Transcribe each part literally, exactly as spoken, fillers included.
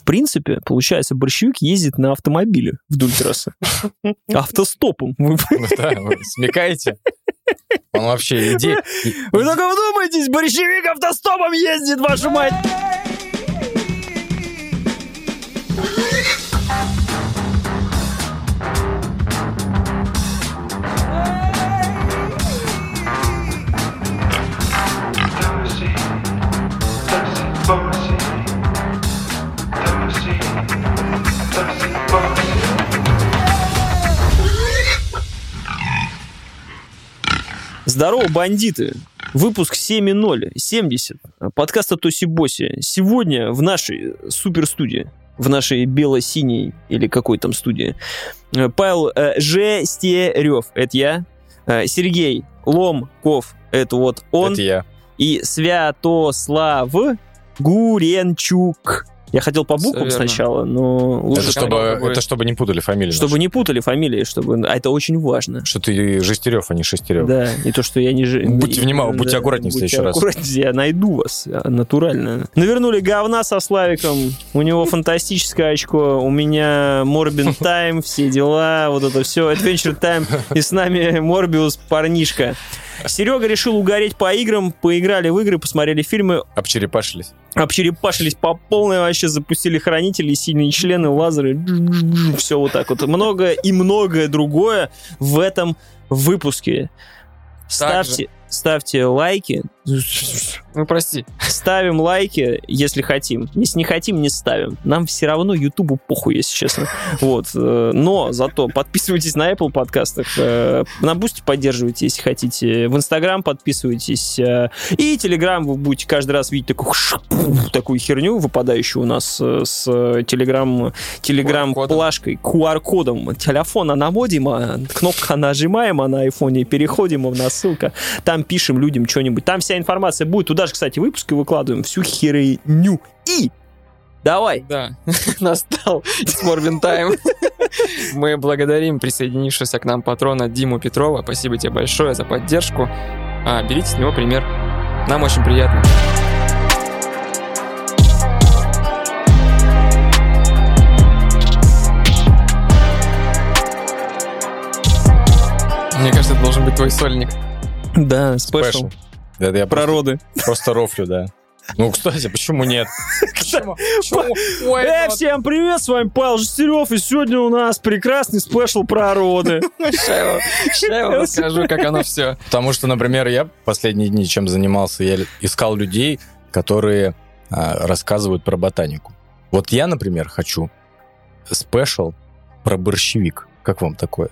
В принципе, получается, борщевик ездит на автомобиле вдоль трассы. Автостопом. Ну да, вы смекаете? Он вообще иди... Вы только вдумайтесь, борщевик автостопом ездит, вашу мать! Здорово, бандиты! Выпуск семь ноль семьдесят. Подкаста Тоси-Боси. Сегодня в нашей суперстудии, в нашей бело-синей или какой там студии, Павел э, Жестерев, это я, э, Сергей Ломков, это вот он, это я, и Святослав Гуренчук. Я хотел по буквам сначала, но... Это чтобы, это чтобы не путали фамилии. Чтобы наши. не путали фамилии, чтобы... А это очень важно. Что ты Жестерев, а не Шестерев. Да, не то, что я не... Ж... Будьте внимательны, будьте да, аккуратнее в следующий раз. Аккуратнее, я найду вас, натурально. Навернули говна со Славиком, у него фантастическое очко, у меня Морбин Тайм, все дела, вот это все, Adventure Time, и с нами Морбиус парнишка. Серега решил угореть по играм, поиграли в игры, посмотрели фильмы. Обчерепашились. Обчерепашились по полной, вообще запустили хранители, сильные члены, лазеры, все вот так вот. Много и многое другое в этом выпуске. Ставьте, ставьте лайки. Ну, прости. Ставим лайки, если хотим. Если не хотим, не ставим. Нам все равно Ютубу похуй, если честно. Вот. Но зато подписывайтесь на Apple подкастах. На Бусти поддерживайте, если хотите. В Инстаграм подписывайтесь. И Телеграм вы будете каждый раз видеть такую, такую херню, выпадающую у нас с Телеграм, Телеграм-плашкой, ку ар-кодом. Телефон анамодима, кнопка нажимаем, а на айфоне переходим на ссылку. Там пишем людям что-нибудь. Там вся информация будет. Туда же, кстати, выпуски выкладываем. Всю херню. И давай. Да, настал Морбин Тайм. Мы благодарим присоединившегося к нам патрона Диму Петрова. Спасибо тебе большое за поддержку. А, берите с него пример. Нам очень приятно. Мне кажется, это должен быть твой сольник. Да, спешл. Да, я про роды. Просто рофлю, да. Ну, кстати, почему нет? Почему? Эй, всем привет, с вами Павел Жестерев, и сегодня у нас прекрасный спешл про роды. Сейчас я вам расскажу, как оно все. Потому что, например, я последние дни чем занимался, я искал людей, которые а, рассказывают про ботанику. Вот я, например, хочу спешл про борщевик. Как вам такое?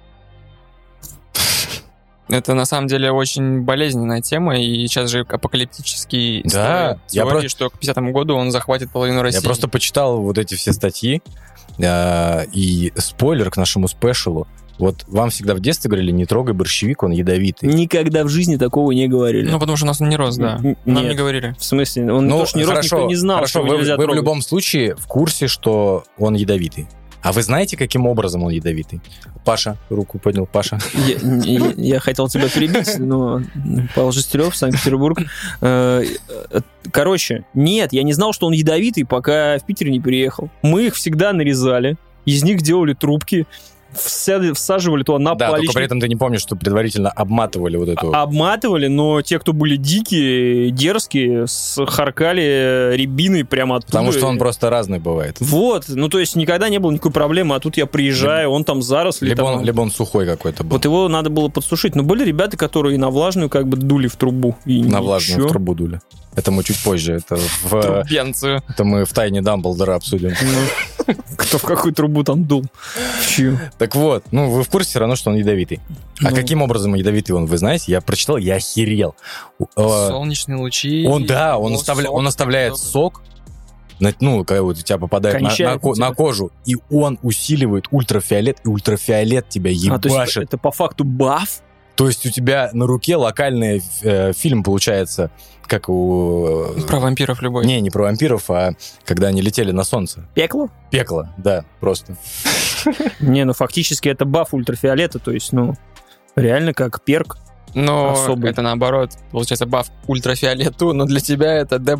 Это, на самом деле, очень болезненная тема, и сейчас же апокалиптические да, теории, про... что к пятидесятому году он захватит половину России. Я просто почитал вот эти все статьи, э, и спойлер к нашему спешалу. Вот вам всегда в детстве говорили, не трогай борщевик, он ядовитый. Никогда в жизни такого не говорили. Ну, потому что у нас он не рос, да. Н- Нам Нет. не говорили. В смысле? Он ну, тоже не хорошо, рос, никто не знал, хорошо, что его вы, нельзя вы трогать. в любом случае в курсе, что он ядовитый. А вы знаете, каким образом он ядовитый? Паша, руку поднял, Паша. Я, я, я хотел тебя перебить, но Павел Жестерев, Санкт-Петербург. Короче, нет, я не знал, что он ядовитый, пока в Питер не переехал. Мы их всегда нарезали, из них делали трубки, всаживали туда на да, паличник. только при этом ты не помнишь, что предварительно обматывали вот эту... Обматывали, но те, кто были дикие, дерзкие, харкали рябиной прямо оттуда. Потому что он просто разный бывает. Вот, ну то есть никогда не было никакой проблемы, а тут я приезжаю, либо, он там заросли. Либо, там, он, либо он сухой какой-то был. Вот его надо было подсушить. Но были ребята, которые на влажную как бы дули в трубу. И на влажную в трубу дули. Это мы чуть позже. Это в... Трубенцию. Это мы в тайне Дамблдора обсудим. Кто в какую трубу там дул? В чью? Так вот, ну вы в курсе все равно, что он ядовитый. А каким образом ядовитый он, вы знаете? Я прочитал, я охерел. Солнечные лучи. Он, да, он оставляет сок, ну, когда вот у тебя попадает на, на, на кожу, и он усиливает ультрафиолет, и ультрафиолет тебя ебашит. А, то есть это по факту баф? То есть у тебя на руке локальный э, фильм получается, как у... Про вампиров любой. Не, не про вампиров, а когда они летели на солнце. Пекло? Пекло, да, просто. Не, ну фактически это баф ультрафиолета, то есть, ну, реально как перк. Но особый. Это наоборот, получается, баф ультрафиолету, но для тебя это дебаф.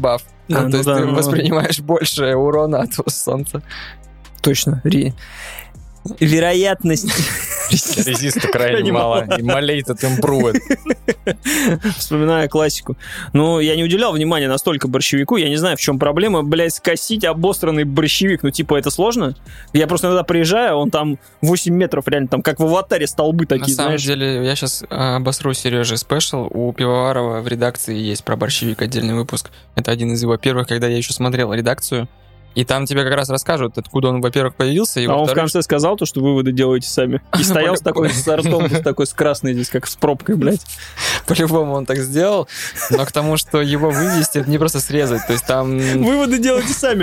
Ну, А, то ну есть да, ты ну. воспринимаешь больше урона от солнца. Точно. Ре- Вероятность... Резиста крайне Крайне мало. мало. И малейтед импрувет. Вспоминаю классику. Ну, я не уделял внимания настолько борщевику. Я не знаю, в чем проблема, блядь, скосить обосранный борщевик. Ну, типа, это сложно? Я просто иногда приезжаю, он там восемь метров, реально, там, как в аватаре столбы На такие, самом знаешь. деле, я сейчас обосру Сережи спешл. У Пивоварова в редакции есть про борщевик отдельный выпуск. Это один из его первых, когда я еще смотрел редакцию. И там тебе как раз расскажут, откуда он, во-первых, появился. И А он в во-вторых, конце сказал то, что выводы делаете сами. И стоял с такой, с ртом, с такой, с красной здесь, как с пробкой, блядь. по-любому он так сделал. Но к тому, что его вывести, это не просто срезать. То есть там... Выводы делайте сами.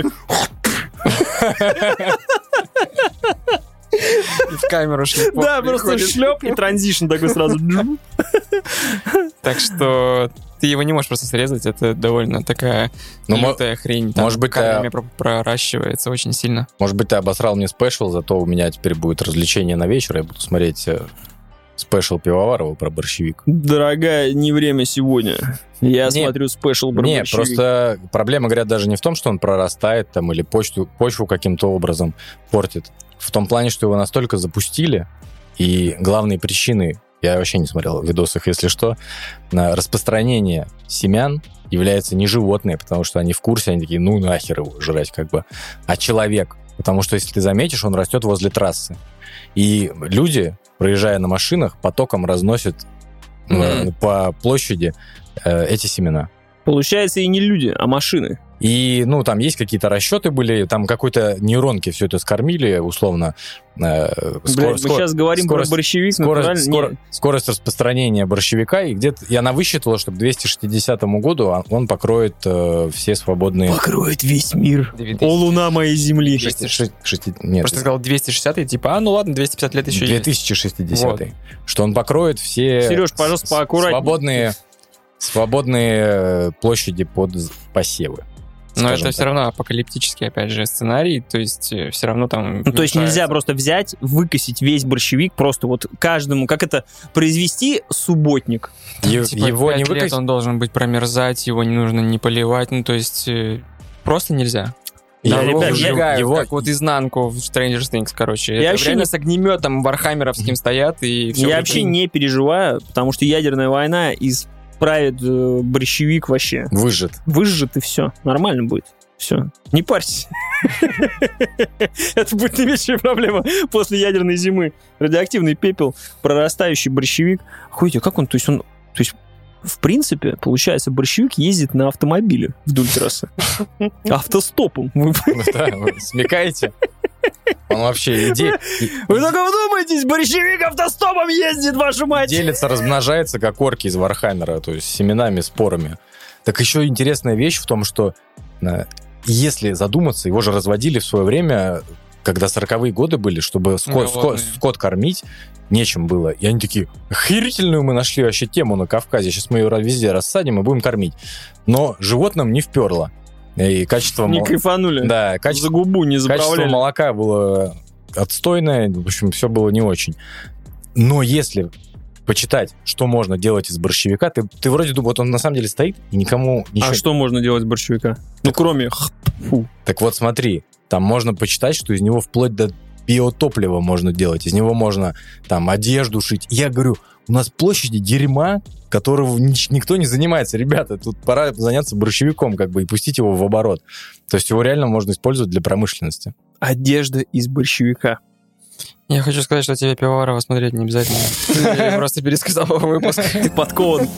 И в камеру шлепок Да, просто приходит. шлеп и транзишн такой сразу. Так что ты его не можешь просто срезать. Это довольно такая Ну, мо- лютая хрень. Там может быть, камнями про- проращивается очень сильно. Может быть, ты обосрал мне спешл, зато у меня теперь будет развлечение на вечер, я буду смотреть э, спешл Пивоварова про борщевик. Дорогая, не время сегодня. Я Не, смотрю спешл про Не, борщевик. просто проблема, говорят, даже не в том, что он прорастает там или почту, почву каким-то образом портит. В том плане, что его настолько запустили, и главные причины, я вообще не смотрел в видосах, если что, на распространение семян являются не животные, потому что они в курсе, они такие, ну нахер его жрать как бы, а человек. Потому что, если ты заметишь, он растет возле трассы. И люди, проезжая на машинах, потоком разносят э, Мгм. по площади э, эти семена. Получается, и не люди, а машины. И, ну, там есть какие-то расчеты были, там какой-то нейронки все это скормили, условно. Э, скор- Блядь, мы скор- сейчас говорим скорость- про борщевик, скорость, натурально. скор- Не, скорость распространения борщевика, и где-то и она высчитала, что к двести шестидесятому году он- он покроет э, все свободные... покроет весь мир. двести О, луна моей земли. двести Шести- шести- нет, Просто сказал двести шестьдесят, и типа, а, ну ладно, двести пятьдесят лет еще есть. две тысячи шестидесятый. Что он покроет все Сереж, пожалуйста, с- поаккуратнее. свободные, свободные э, площади под посевы. Но скажем это так. все равно апокалиптический, опять же, сценарий, то есть все равно там... Ну, то есть нельзя мешается. просто взять, выкосить весь борщевик, просто вот каждому, как это, произвести субботник. Е- Типа, его пять не лет выкосить. он должен быть промерзать, его не нужно не поливать, ну, то есть э, просто нельзя. Да, Его ребят, я- выжигают, его- как вот изнанку в Stranger Things, короче. Я Это вообще реально не- с огнеметом вархаммеровским стоят, и все. Я вообще не переживаю, потому что ядерная война исправит э, борщевик вообще. Выжжет. Выжжет и все. Нормально будет. Все. Не парься. Это будет не меньшая проблема после ядерной зимы. Радиоактивный пепел, прорастающий борщевик. Охуеть, а как он, то есть он, то есть в принципе, получается, борщевик ездит на автомобиле вдоль трассы. Автостопом. Вы, Ну да, вы смекаете? Он вообще иде- и- вы только вдумайтесь, борщевик автостопом ездит, вашу мать! делится, размножается, как орки из Вархаммера, то есть семенами, спорами. Так еще интересная вещь в том, что э, если задуматься, его же разводили в свое время, когда сороковые годы были, чтобы скот, скот, Голодные. скот кормить, нечем было. И они такие, охерительную мы нашли вообще тему на Кавказе, сейчас мы ее везде рассадим и будем кормить. Но животным не вперло. И качество... Не мол- кайфанули. Да, качество За губу не Качество заправляли. молока было отстойное, в общем, все было не очень. Но если почитать, что можно делать из борщевика, ты, ты вроде думаешь, вот он на самом деле стоит, и никому ничего... А что можно делать с борщевика? Ну, кроме... х- Фу. Так вот смотри, там можно почитать, что из него вплоть до биотоплива можно делать, из него можно там одежду шить. Я говорю, у нас площади дерьма, которого нич- никто не занимается. Ребята, тут пора заняться борщевиком как бы и пустить его в оборот. То есть его реально можно использовать для промышленности. Одежда из борщевика. Я хочу сказать, что тебе Пивоварова смотреть не обязательно. Я просто пересказал выпуск. Ты подкован.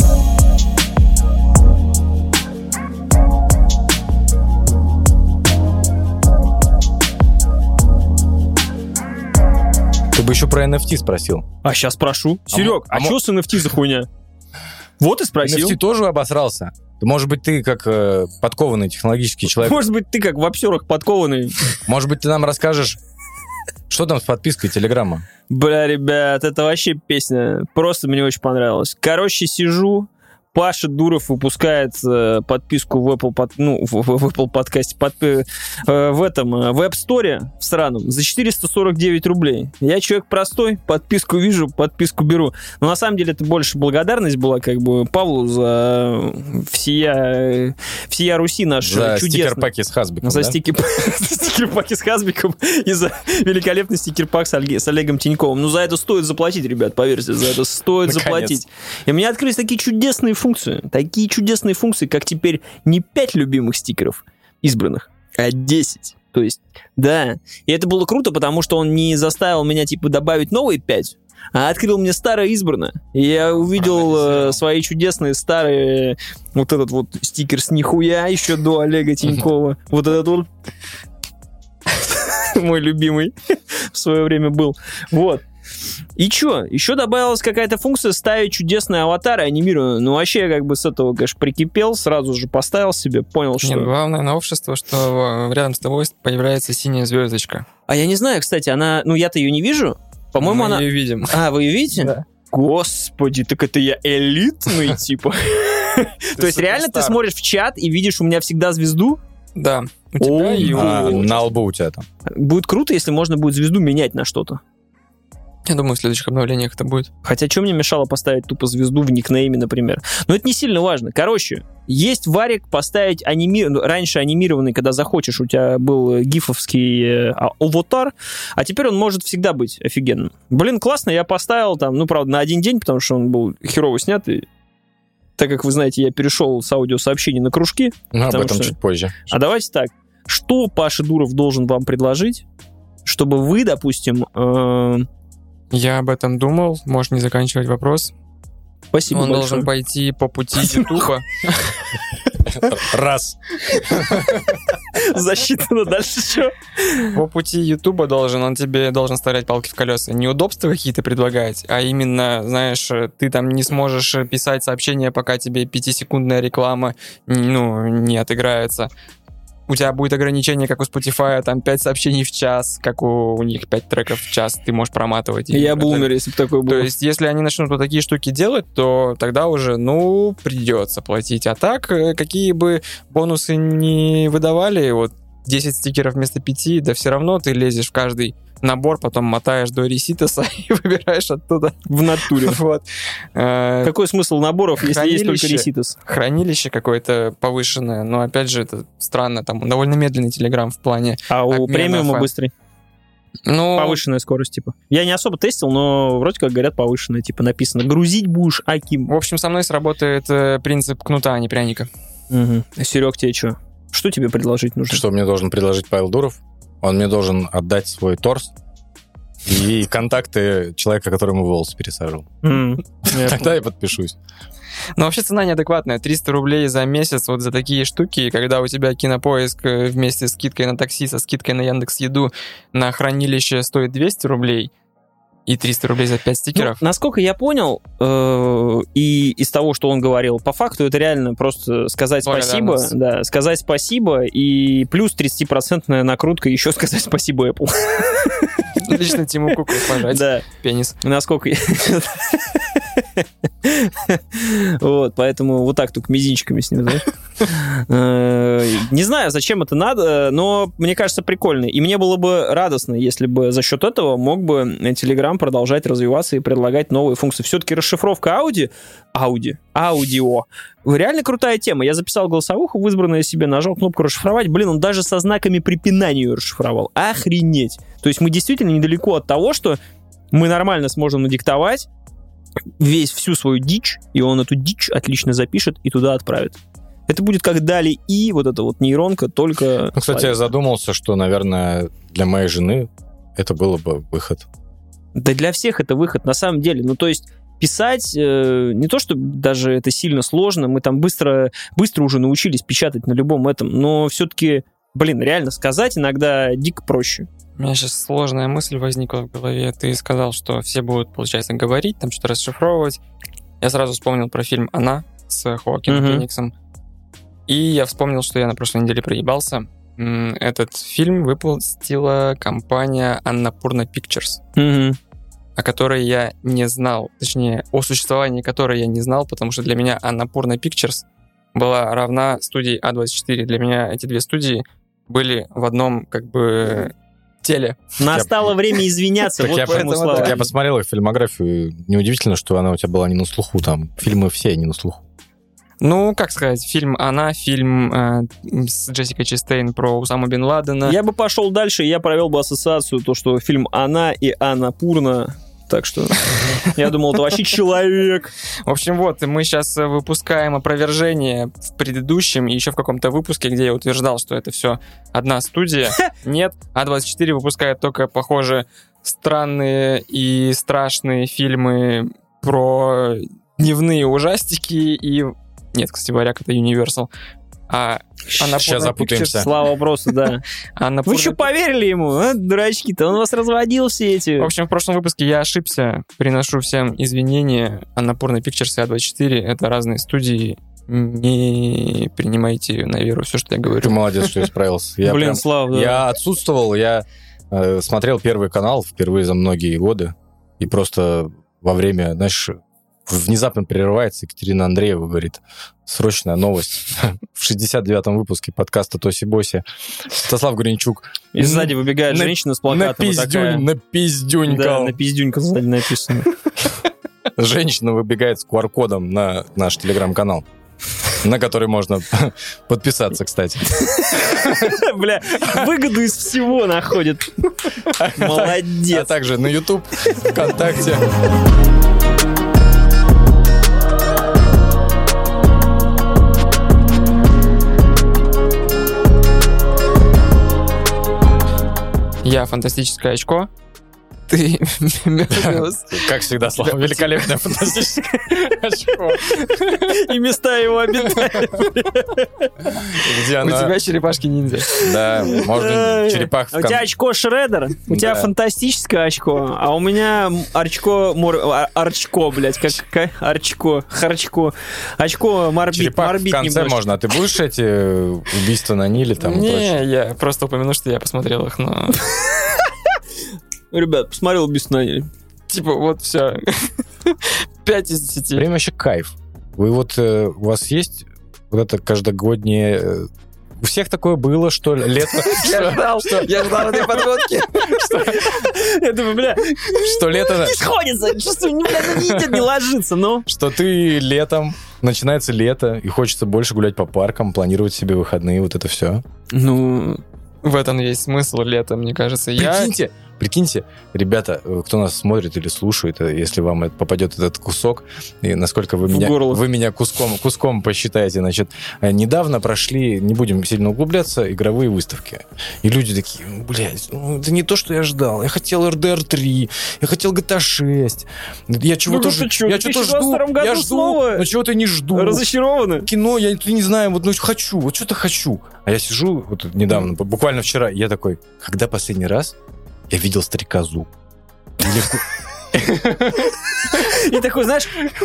Ты бы еще про эн эф ти спросил. А сейчас прошу. Серег, а а, мо- что с эн эф ти за хуйня? Вот и спросил. эн эф ти тоже обосрался? Может быть, ты как э, подкованный технологический человек, Может быть, ты как в обсерах подкованный. может быть, ты нам расскажешь, что там с подпиской Телеграма? Бля, ребят, это вообще песня. Просто мне очень понравилось. Короче, сижу, Паша Дуров выпускает э, подписку в Apple, под, ну, в, в, в Apple подкасте, под, э, в этом, э, в App Store в сраном за четыреста сорок девять рублей. Я человек простой, подписку вижу, подписку беру. Но на самом деле это больше благодарность была как бы Павлу за всея, всея Руси наш за чудесный. стикер-паки с Хазбиком, За да? стикер-паки с Хазбиком и за великолепный стикер-пак с, Ольге, с Олегом Тиньковым. Ну, за это стоит заплатить, ребят, поверьте, за это стоит Наконец. заплатить. И у меня открылись такие чудесные функции, такие чудесные функции, как теперь не пять любимых стикеров избранных, а десять. То есть, да. И это было круто, потому что он не заставил меня, типа, добавить новые пять, а открыл мне старое избранное. И я увидел э, свои чудесные старые... Вот этот вот стикер с нихуя еще до Олега Тинькова. Вот этот вот мой любимый в свое время был. Вот. И чё? Еще добавилась какая-то функция ставить чудесные аватары анимированные. Ну, вообще, я как бы с этого, конечно, прикипел, сразу же поставил себе, понял, что... Нет, главное новшество, что рядом с тобой появляется синяя звездочка. А я не знаю, кстати, она... Ну, я-то ее не вижу. По-моему, Мы она... ее видим. А, вы ее видите? Да. Господи, так это я элитный, типа. То есть реально ты смотришь в чат и видишь у меня всегда звезду? Да. У тебя и у... А, на лбу у тебя там. Будет круто, если можно будет звезду менять на что-то. Я думаю, в следующих обновлениях это будет. Хотя, что мне мешало поставить тупо звезду в никнейме, например? Но это не сильно важно. Короче, есть варик поставить анимированный... Раньше анимированный, когда захочешь, у тебя был гифовский э, аватар, а теперь он может всегда быть офигенным. Блин, классно, я поставил там, ну, правда, на один день, потому что он был херово снят, и так как вы знаете, я перешел с аудиосообщений на кружки. Ну, об этом что... чуть позже. А давайте так. Что Паша Дуров должен вам предложить, чтобы вы, допустим... Э... Я об этом думал, можешь не заканчивать вопрос. Спасибо Он большое. должен пойти по пути Ютуба. Раз. Засчитано. Дальше что? По пути Ютуба должен, он тебе должен вставлять палки в колеса. Не удобства какие-то предлагать, а именно, знаешь, ты там не сможешь писать сообщения, пока тебе пятисекундная реклама ну, не отыграется. У тебя будет ограничение, как у Spotify, там пять сообщений в час, как у, у них пять треков в час, ты можешь проматывать. Я это... бы умер, если бы такое было. То есть, если они начнут вот такие штуки делать, то тогда уже, ну, придется платить. А так, какие бы бонусы не выдавали, вот десять стикеров вместо пяти, да все равно ты лезешь в каждый набор, потом мотаешь до реситаса и выбираешь оттуда. В натуре. Вот. Какой смысл наборов, если есть только реситас? Хранилище какое-то повышенное, но опять же это странно, там довольно медленный Telegram в плане. А у премиума файл. быстрый? Ну, повышенная скорость, типа. Я не особо тестил, но вроде как говорят повышенная, типа написано. Грузить будешь, аким. В общем, со мной сработает э, принцип кнута, а не пряника. Угу. Серег, тебе что? Что тебе предложить нужно? Что мне должен предложить Павел Дуров? Он мне должен отдать свой торс и контакты человека, которому волосы пересаживал. Тогда я подпишусь. Но вообще цена неадекватная. триста рублей за месяц вот за такие штуки, когда у тебя Кинопоиск вместе с скидкой на такси, со скидкой на Яндекс.Еду на хранилище стоит двести рублей, и триста рублей за пять стикеров. Ну, насколько я понял, э, и из того, что он говорил, по факту это реально просто сказать спасибо, да, сказать спасибо, и плюс тридцатипроцентная накрутка еще сказать спасибо Apple. Лично Тиму Куку пожать. Да. Пенис. Насколько я... Вот, поэтому вот так только мизинчиками с ним, знаешь. Не знаю, зачем это надо, но мне кажется, прикольно. И мне было бы радостно, если бы за счет этого мог бы Telegram продолжать развиваться и предлагать новые функции. Все-таки расшифровка ауди, ауди, аудио. Реально крутая тема. Я записал голосовуху в избранное себе, нажал кнопку расшифровать. Блин, он даже со знаками препинания ее расшифровал. Охренеть. То есть мы действительно недалеко от того, что мы нормально сможем надиктовать весь, всю свою дичь, и он эту дичь отлично запишет и туда отправит. Это будет как дали и вот эта вот нейронка, только... Ну, кстати, я задумался, что, наверное, для моей жены это было бы выход. Да для всех это выход, на самом деле. Ну, то есть писать, э, не то, что даже это сильно сложно, мы там быстро, быстро уже научились печатать на любом этом, но все-таки, блин, реально сказать иногда дико проще. У меня сейчас сложная мысль возникла в голове. Ты сказал, что все будут, получается, говорить, там что-то расшифровывать. Я сразу вспомнил про фильм «Она» с Хоакином Мгм. Фениксом. И я вспомнил, что я на прошлой неделе проебался. М, Этот фильм выпустила компания Annapurna Pictures. Мгм. о которой я не знал, точнее, о существовании которой я не знал, потому что для меня Annapurna Pictures была равна студии а двадцать четыре. Для меня эти две студии были в одном, как бы, теле. Настало время извиняться. Так Вот я, поэтому, по- Слава. я посмотрел их фильмографию. Неудивительно, что она у тебя была не на слуху. Там фильмы все не на слуху. Ну, как сказать, фильм «Она», фильм э, с Джессикой Честейн про Усаму бен Ладена. Я бы пошел дальше, я провел бы ассоциацию, то, что фильм «Она» и «Аннапурна». Так что я думал, это вообще человек. В общем, вот, мы сейчас выпускаем опровержение в предыдущем и еще в каком-то выпуске, где я утверждал, что это все одна студия. Нет, а двадцать четыре выпускает только, похоже, странные и страшные фильмы про дневные ужастики и... Нет, кстати, варяг, это Universal. А Сейчас запутаемся. Слава просто, да. Annapurna Вы что, поверили ему, а, дурачки-то? Он вас разводил все эти... В общем, в прошлом выпуске я ошибся. Приношу всем извинения. Annapurna Pictures и а двадцать четыре — это разные студии. Не принимайте на веру все, что я говорю. Ты молодец, что исправился. Я Блин, прям- Слав, да. Я отсутствовал, я э, смотрел Первый канал впервые за многие годы, и просто во время, знаешь, внезапно прерывается, Екатерина Андреева говорит: срочная новость. В шестьдесят девятом выпуске подкаста «Тоси-боси» Святослав Гринчук И сзади выбегает на- женщина с плакатом. вот такая. напиздюнь, напиздюнькал. Да, на пиздюнька сзади написано. Женщина выбегает с ку ар кодом на наш телеграм-канал, на который можно подписаться, кстати. Бля, выгоду из всего находит. А Молодец. также на YouTube, ВКонтакте. Я фантастическое очко. Ты Мёбиус. Как всегда, Слава, великолепное фантастическое очко. И места его обитания. Где У она... тебя черепашки-ниндзя. Да, можно черепах в У тебя кон- очко Шреддер, у тебя Да. фантастическое очко, а у меня орчко, мор- ар- арчко, блядь, как, как арчко, харчко, очко морбит, Черепах в морбит конце немножко. можно. А ты будешь эти убийства на Ниле там и прочее? Не, я просто упомяну, что я посмотрел их, но... Ребят, посмотрел «Убийство на Ниле». Типа, вот все. Пять из десяти. Время вообще кайф. Вы вот, э, у вас есть вот это каждогоднее... э, У всех такое было, что ли, лето... Я ждал, я ждал этой подводки. Я думаю, бля, Что лето... не сходится, чувствую, не, бля, не идет, не ложится, ну. Что ты летом, начинается лето, и хочется больше гулять по паркам, планировать себе выходные, вот это все. Ну, В этом есть смысл лета, мне кажется. Я... Прикиньте, прикиньте, ребята, э, кто нас смотрит или слушает, э, если вам это попадет этот кусок, и насколько вы В меня, горло. вы меня куском, куском посчитаете, значит, э, недавно прошли, не будем сильно углубляться, игровые выставки. И люди такие: «Ну, блядь, ну, это не то, что я ждал. Я хотел эр дэ эр три, я хотел джи ти эй шесть. Я чего-то, Ну, ж- ты чё, я в что-то две тысячи двадцать жду, втором году я жду, снова но чего-то не жду. разочарованы. Кино, я не знаю, вот ну хочу, вот что-то хочу. А я сижу вот тут недавно, бу- буквально вчера, и я такой: когда последний раз я видел Стрекозу? Или ку- И такой, знаешь,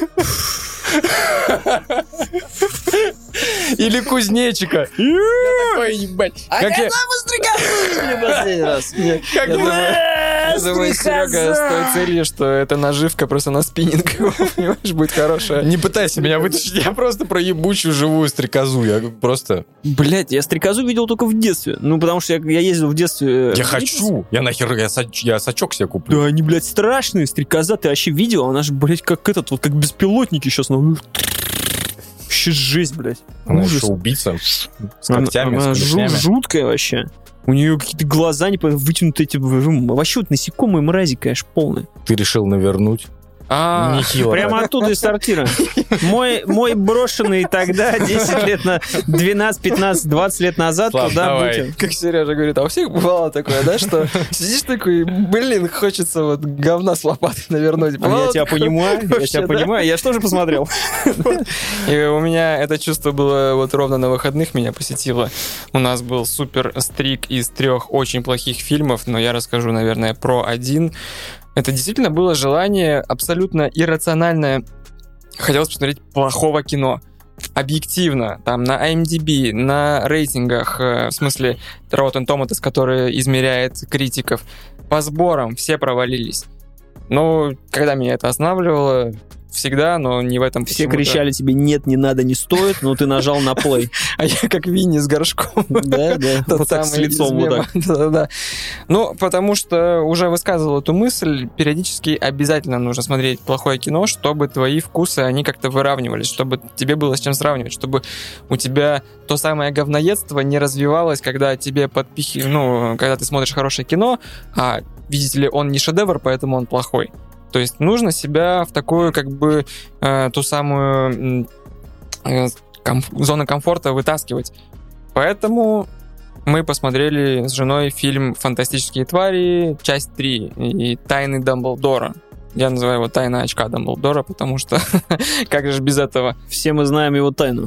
Или Кузнечика. Я такой: ебать. а Как я- последний раз. как Я бы- думаю, я думаю, Серега с той целью, что это наживка просто на спиннинг, понимаешь, будет хорошая. Не пытайся меня вытащить, я просто про ебучую живую стрекозу. Я просто... Блять, я стрекозу видел только в детстве. Ну, потому что я, я ездил в детстве... Я в хочу. Я нахер, я, сач- я сачок себе куплю. Да, они, блядь, страшные. Стрекоза, ты вообще видел? Она же, блядь, как этот, вот как беспилотники сейчас. Ну, вообще жесть, блядь. Она Ужас. еще убийца. С Она- когтями, она с жу- клешнями. жуткая вообще. У нее какие-то глаза не вытянутые, эти, вообще вот насекомые мрази, конечно, полные. Ты решил навернуть. А, Нехило. Прямо оттуда из сортира. Мой, мой брошенный тогда, десять лет на двенадцать, пятнадцать, двадцать лет назад, Слав, туда давай. бутер. как Сережа говорит, а у всех бывало такое, да, что сидишь такой, блин, хочется вот говна с лопатой навернуть. А Бывало я тебя такое? понимаю, я Вообще, тебя да? понимаю, я же тоже посмотрел. И у меня это чувство было вот ровно на выходных меня посетило. У нас был супер стрик из трех очень плохих фильмов, но я расскажу, наверное, про один. Это действительно было желание абсолютно иррациональное. Хотелось посмотреть плохого кино. Объективно, там на ай эм ди би, на рейтингах, э, в смысле Rotten Tomatoes, который измеряет критиков, по сборам все провалились. Но когда меня это останавливало, всегда, но не в этом. Все кричали тебе «нет, не надо, не стоит», но ты нажал на плей. А я как Винни с горшком. Да, да, вот так с лицом вот так. Да-да-да. Ну, потому что уже высказывал эту мысль, периодически обязательно нужно смотреть плохое кино, чтобы твои вкусы, они как-то выравнивались, чтобы тебе было с чем сравнивать, чтобы у тебя то самое говноедство не развивалось, когда тебе подпихивают, ну, когда ты смотришь хорошее кино, а, видите ли, он не шедевр, поэтому он плохой. То есть нужно себя в такую, как бы, э, ту самую э, комф- зону комфорта вытаскивать. Поэтому мы посмотрели с женой фильм «Фантастические твари», часть три, и «Тайны Дамблдора». Я называю его «Тайна очка Дамблдора», потому что как же без этого? Все мы знаем его тайну.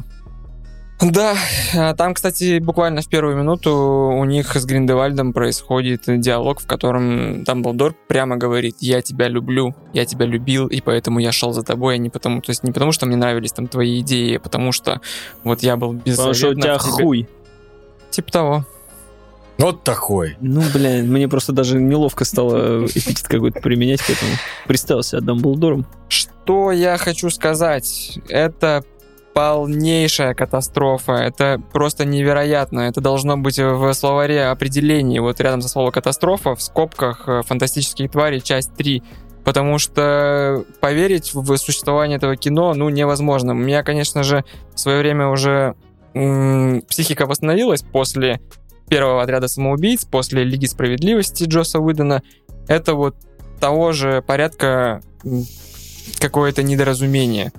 Да, там, кстати, буквально в первую минуту у них с Гриндевальдом происходит диалог, в котором Дамблдор прямо говорит: «Я тебя люблю, я тебя любил, и поэтому я шел за тобой, а не потому, то есть не потому, что мне нравились там твои идеи, а потому что вот я был беззаветно Потому что у тебя хуй». Типа того. Вот такой. Ну, блин, мне просто даже неловко стало эпитет какой-то применять к этому. Представил себя Дамблдором. Что я хочу сказать? Это полнейшая катастрофа. Это просто невероятно. Это должно быть в словаре определений. Вот рядом со словом «катастрофа» в скобках «Фантастические твари», часть три. Потому что поверить в существование этого кино, ну, невозможно. У меня, конечно же, в свое время уже м- психика восстановилась после первого «Отряда самоубийц», после «Лиги справедливости» Джосса Уидона. Это вот того же порядка какое-то недоразумение.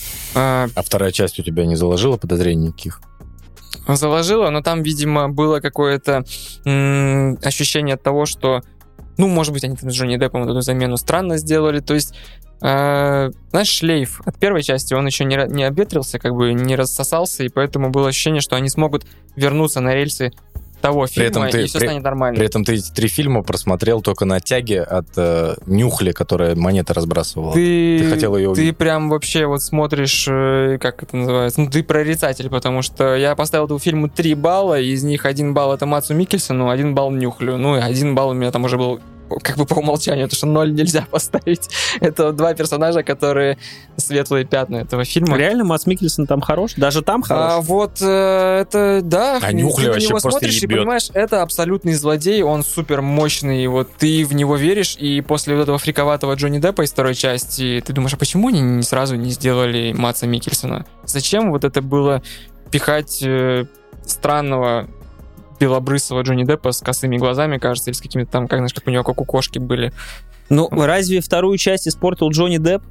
А вторая часть у тебя не заложила подозрений никаких? Заложила, но там, видимо, было какое-то м- ощущение от того, что, ну, может быть, они там с Джонни Деппом эту замену странно сделали. То есть, э- знаешь, шлейф от первой части, он еще не, не обветрился, как бы не рассосался, и поэтому было ощущение, что они смогут вернуться на рельсы того фильма, при этом ты, и все при, станет нормально. При этом ты эти три фильма просмотрел только на тяге от э, Нюхли, которая монеты разбрасывала. Ты, ты хотел ее увидеть. Ты прям вообще вот смотришь, э, как это называется, ну ты прорицатель, потому что я поставил этому фильму три балла, из них один балл это Мадсу Миккельсону, один балл Нюхлю, ну и один балл у меня там уже был как бы по умолчанию, потому что ноль нельзя поставить. Это два персонажа, которые светлые пятна этого фильма. Реально Мадс Миккельсон там хорош? Даже там хорош? А, вот э, это, да. А Нюхли вообще него просто смотришь ебет. И понимаешь, это абсолютный злодей, он супер мощный, вот ты в него веришь, и после вот этого фриковатого Джонни Деппа из второй части ты думаешь, а почему они не сразу не сделали Мадса Миккельсона? Зачем вот это было пихать э, странного белобрысого Джонни Деппа с косыми глазами, кажется, или с какими-то там, как, знаешь, как у него, как у кошки были. Ну, разве вторую часть испортил Джонни Депп?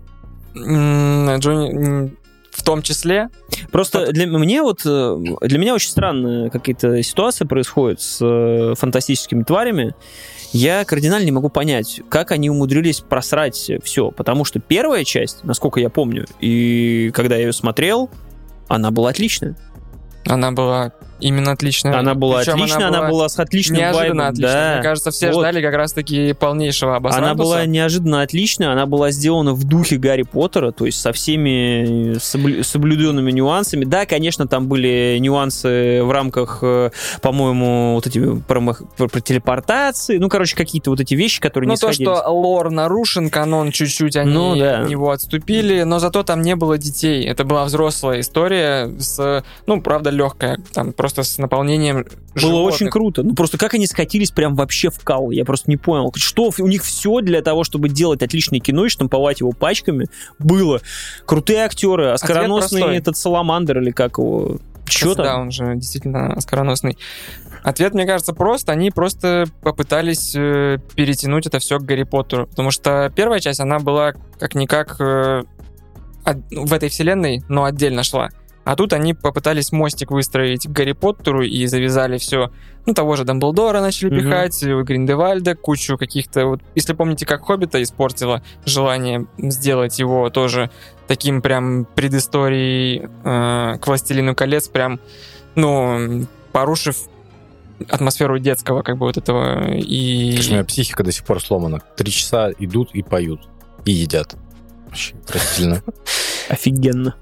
Джонни... В том числе. Просто для меня вот для меня очень странная какая-то ситуация происходит с фантастическими тварями. Я кардинально не могу понять, как они умудрились просрать все. Потому что первая часть, насколько я помню, и когда я ее смотрел, она была отличная. Она была именно отличная. Она была Причем отличная, она была, она была с отличным неожиданно вайбом. Отличная. Да. Мне кажется, все вот. ждали как раз-таки полнейшего обосрантуса. Она была неожиданно отличная, она была сделана в духе Гарри Поттера, то есть со всеми соблю- соблюденными нюансами. Да, конечно, там были нюансы в рамках, по-моему, вот эти про, про, про телепортации, ну, короче, какие-то вот эти вещи, которые ну, не сходились. Ну, то, что лор нарушен, канон чуть-чуть, они ну, да. от него отступили, но зато там не было детей. Это была взрослая история с, ну, правда, легкая, там просто с наполнением было животных. очень круто. Ну, просто как они скатились прям вообще в кал, я просто не понял. Что у них все для того, чтобы делать отличное кино и штамповать его пачками, было. Крутые актеры, оскароносный этот Саламандр или как его... Что там? Да, он же действительно оскароносный. Ответ, мне кажется, прост. Они просто попытались э, перетянуть это все к Гарри Поттеру. Потому что первая часть, она была как-никак э, от, в этой вселенной, но отдельно шла. А тут они попытались мостик выстроить к Гарри Поттеру и завязали все. Ну, того же Дамблдора начали mm-hmm. пихать, Гриндевальда, кучу каких-то... Вот, если помните, как Хоббита испортило желание сделать его тоже таким прям предысторией э, к Властелину колец, прям, ну, порушив атмосферу детского, как бы вот этого. И... Слушай, у меня психика до сих пор сломана. Три часа идут и поют. И едят. Вообще простительно. Офигенно.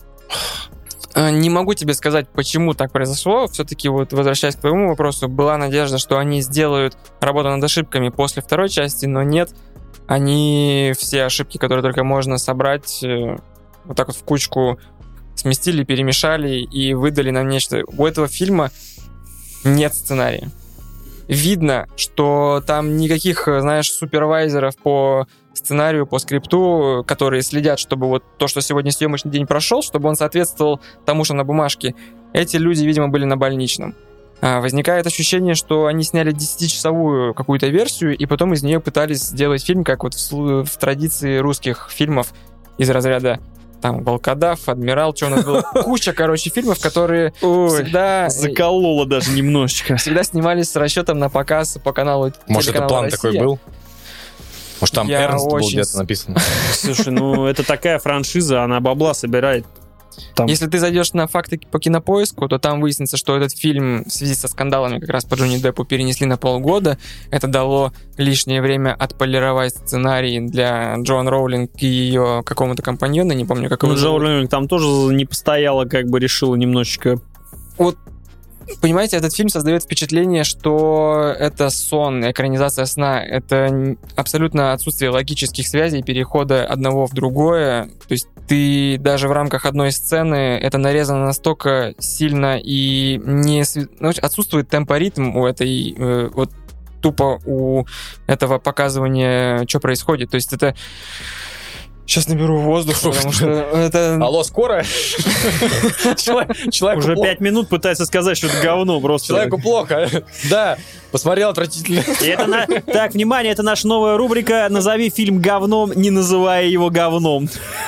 Не могу тебе сказать, почему так произошло. Все-таки, вот возвращаясь к твоему вопросу, была надежда, что они сделают работу над ошибками после второй части, но нет. они все ошибки, которые только можно собрать, вот так вот в кучку сместили, перемешали и выдали нам нечто. У этого фильма нет сценария. Видно, что там никаких, знаешь, супервайзеров по сценарию, по скрипту, которые следят, чтобы вот то, что сегодня съемочный день прошел, чтобы он соответствовал тому, что на бумажке. Эти люди, видимо, были на больничном. А, возникает ощущение, что они сняли десятичасовую какую-то версию, и потом из нее пытались сделать фильм, как вот в, в традиции русских фильмов из разряда там «Волкодав», «Адмирал», что у нас было. Куча, короче, фильмов, которые Ой, всегда... закололо даже немножечко. Всегда снимались с расчетом на показ по каналу Может, это план «Россия». такой был? Может, там Я Эрнст был очень где-то написано? Слушай, ну это такая франшиза, она бабла собирает. Там. Если ты зайдешь на факты по Кинопоиску, то там выяснится, что этот фильм в связи со скандалами как раз по Джонни Деппу перенесли на полгода. Это дало лишнее время отполировать сценарий для Джоан Роулинг и ее какому-то компаньону, не помню, как его Ну, зовут. Джоан Роулинг там тоже не постояла, как бы решила немножечко. Вот, понимаете, этот фильм создает впечатление, что это сон, экранизация сна. Это абсолютно отсутствие логических связей, перехода одного в другое. То есть ты даже в рамках одной сцены, это нарезано настолько сильно и не ну, отсутствует темпоритм у этой э, вот тупо у этого показывания, что происходит. То есть это... Сейчас наберу воздух, потому что это... Алло, скоро? Человеку Уже плохо. пять минут пытается сказать, что это говно просто. Человеку плохо. Да, посмотрел отвратительно. И это на... Так, внимание, это наша новая рубрика «Назови фильм говном, не называя его говном».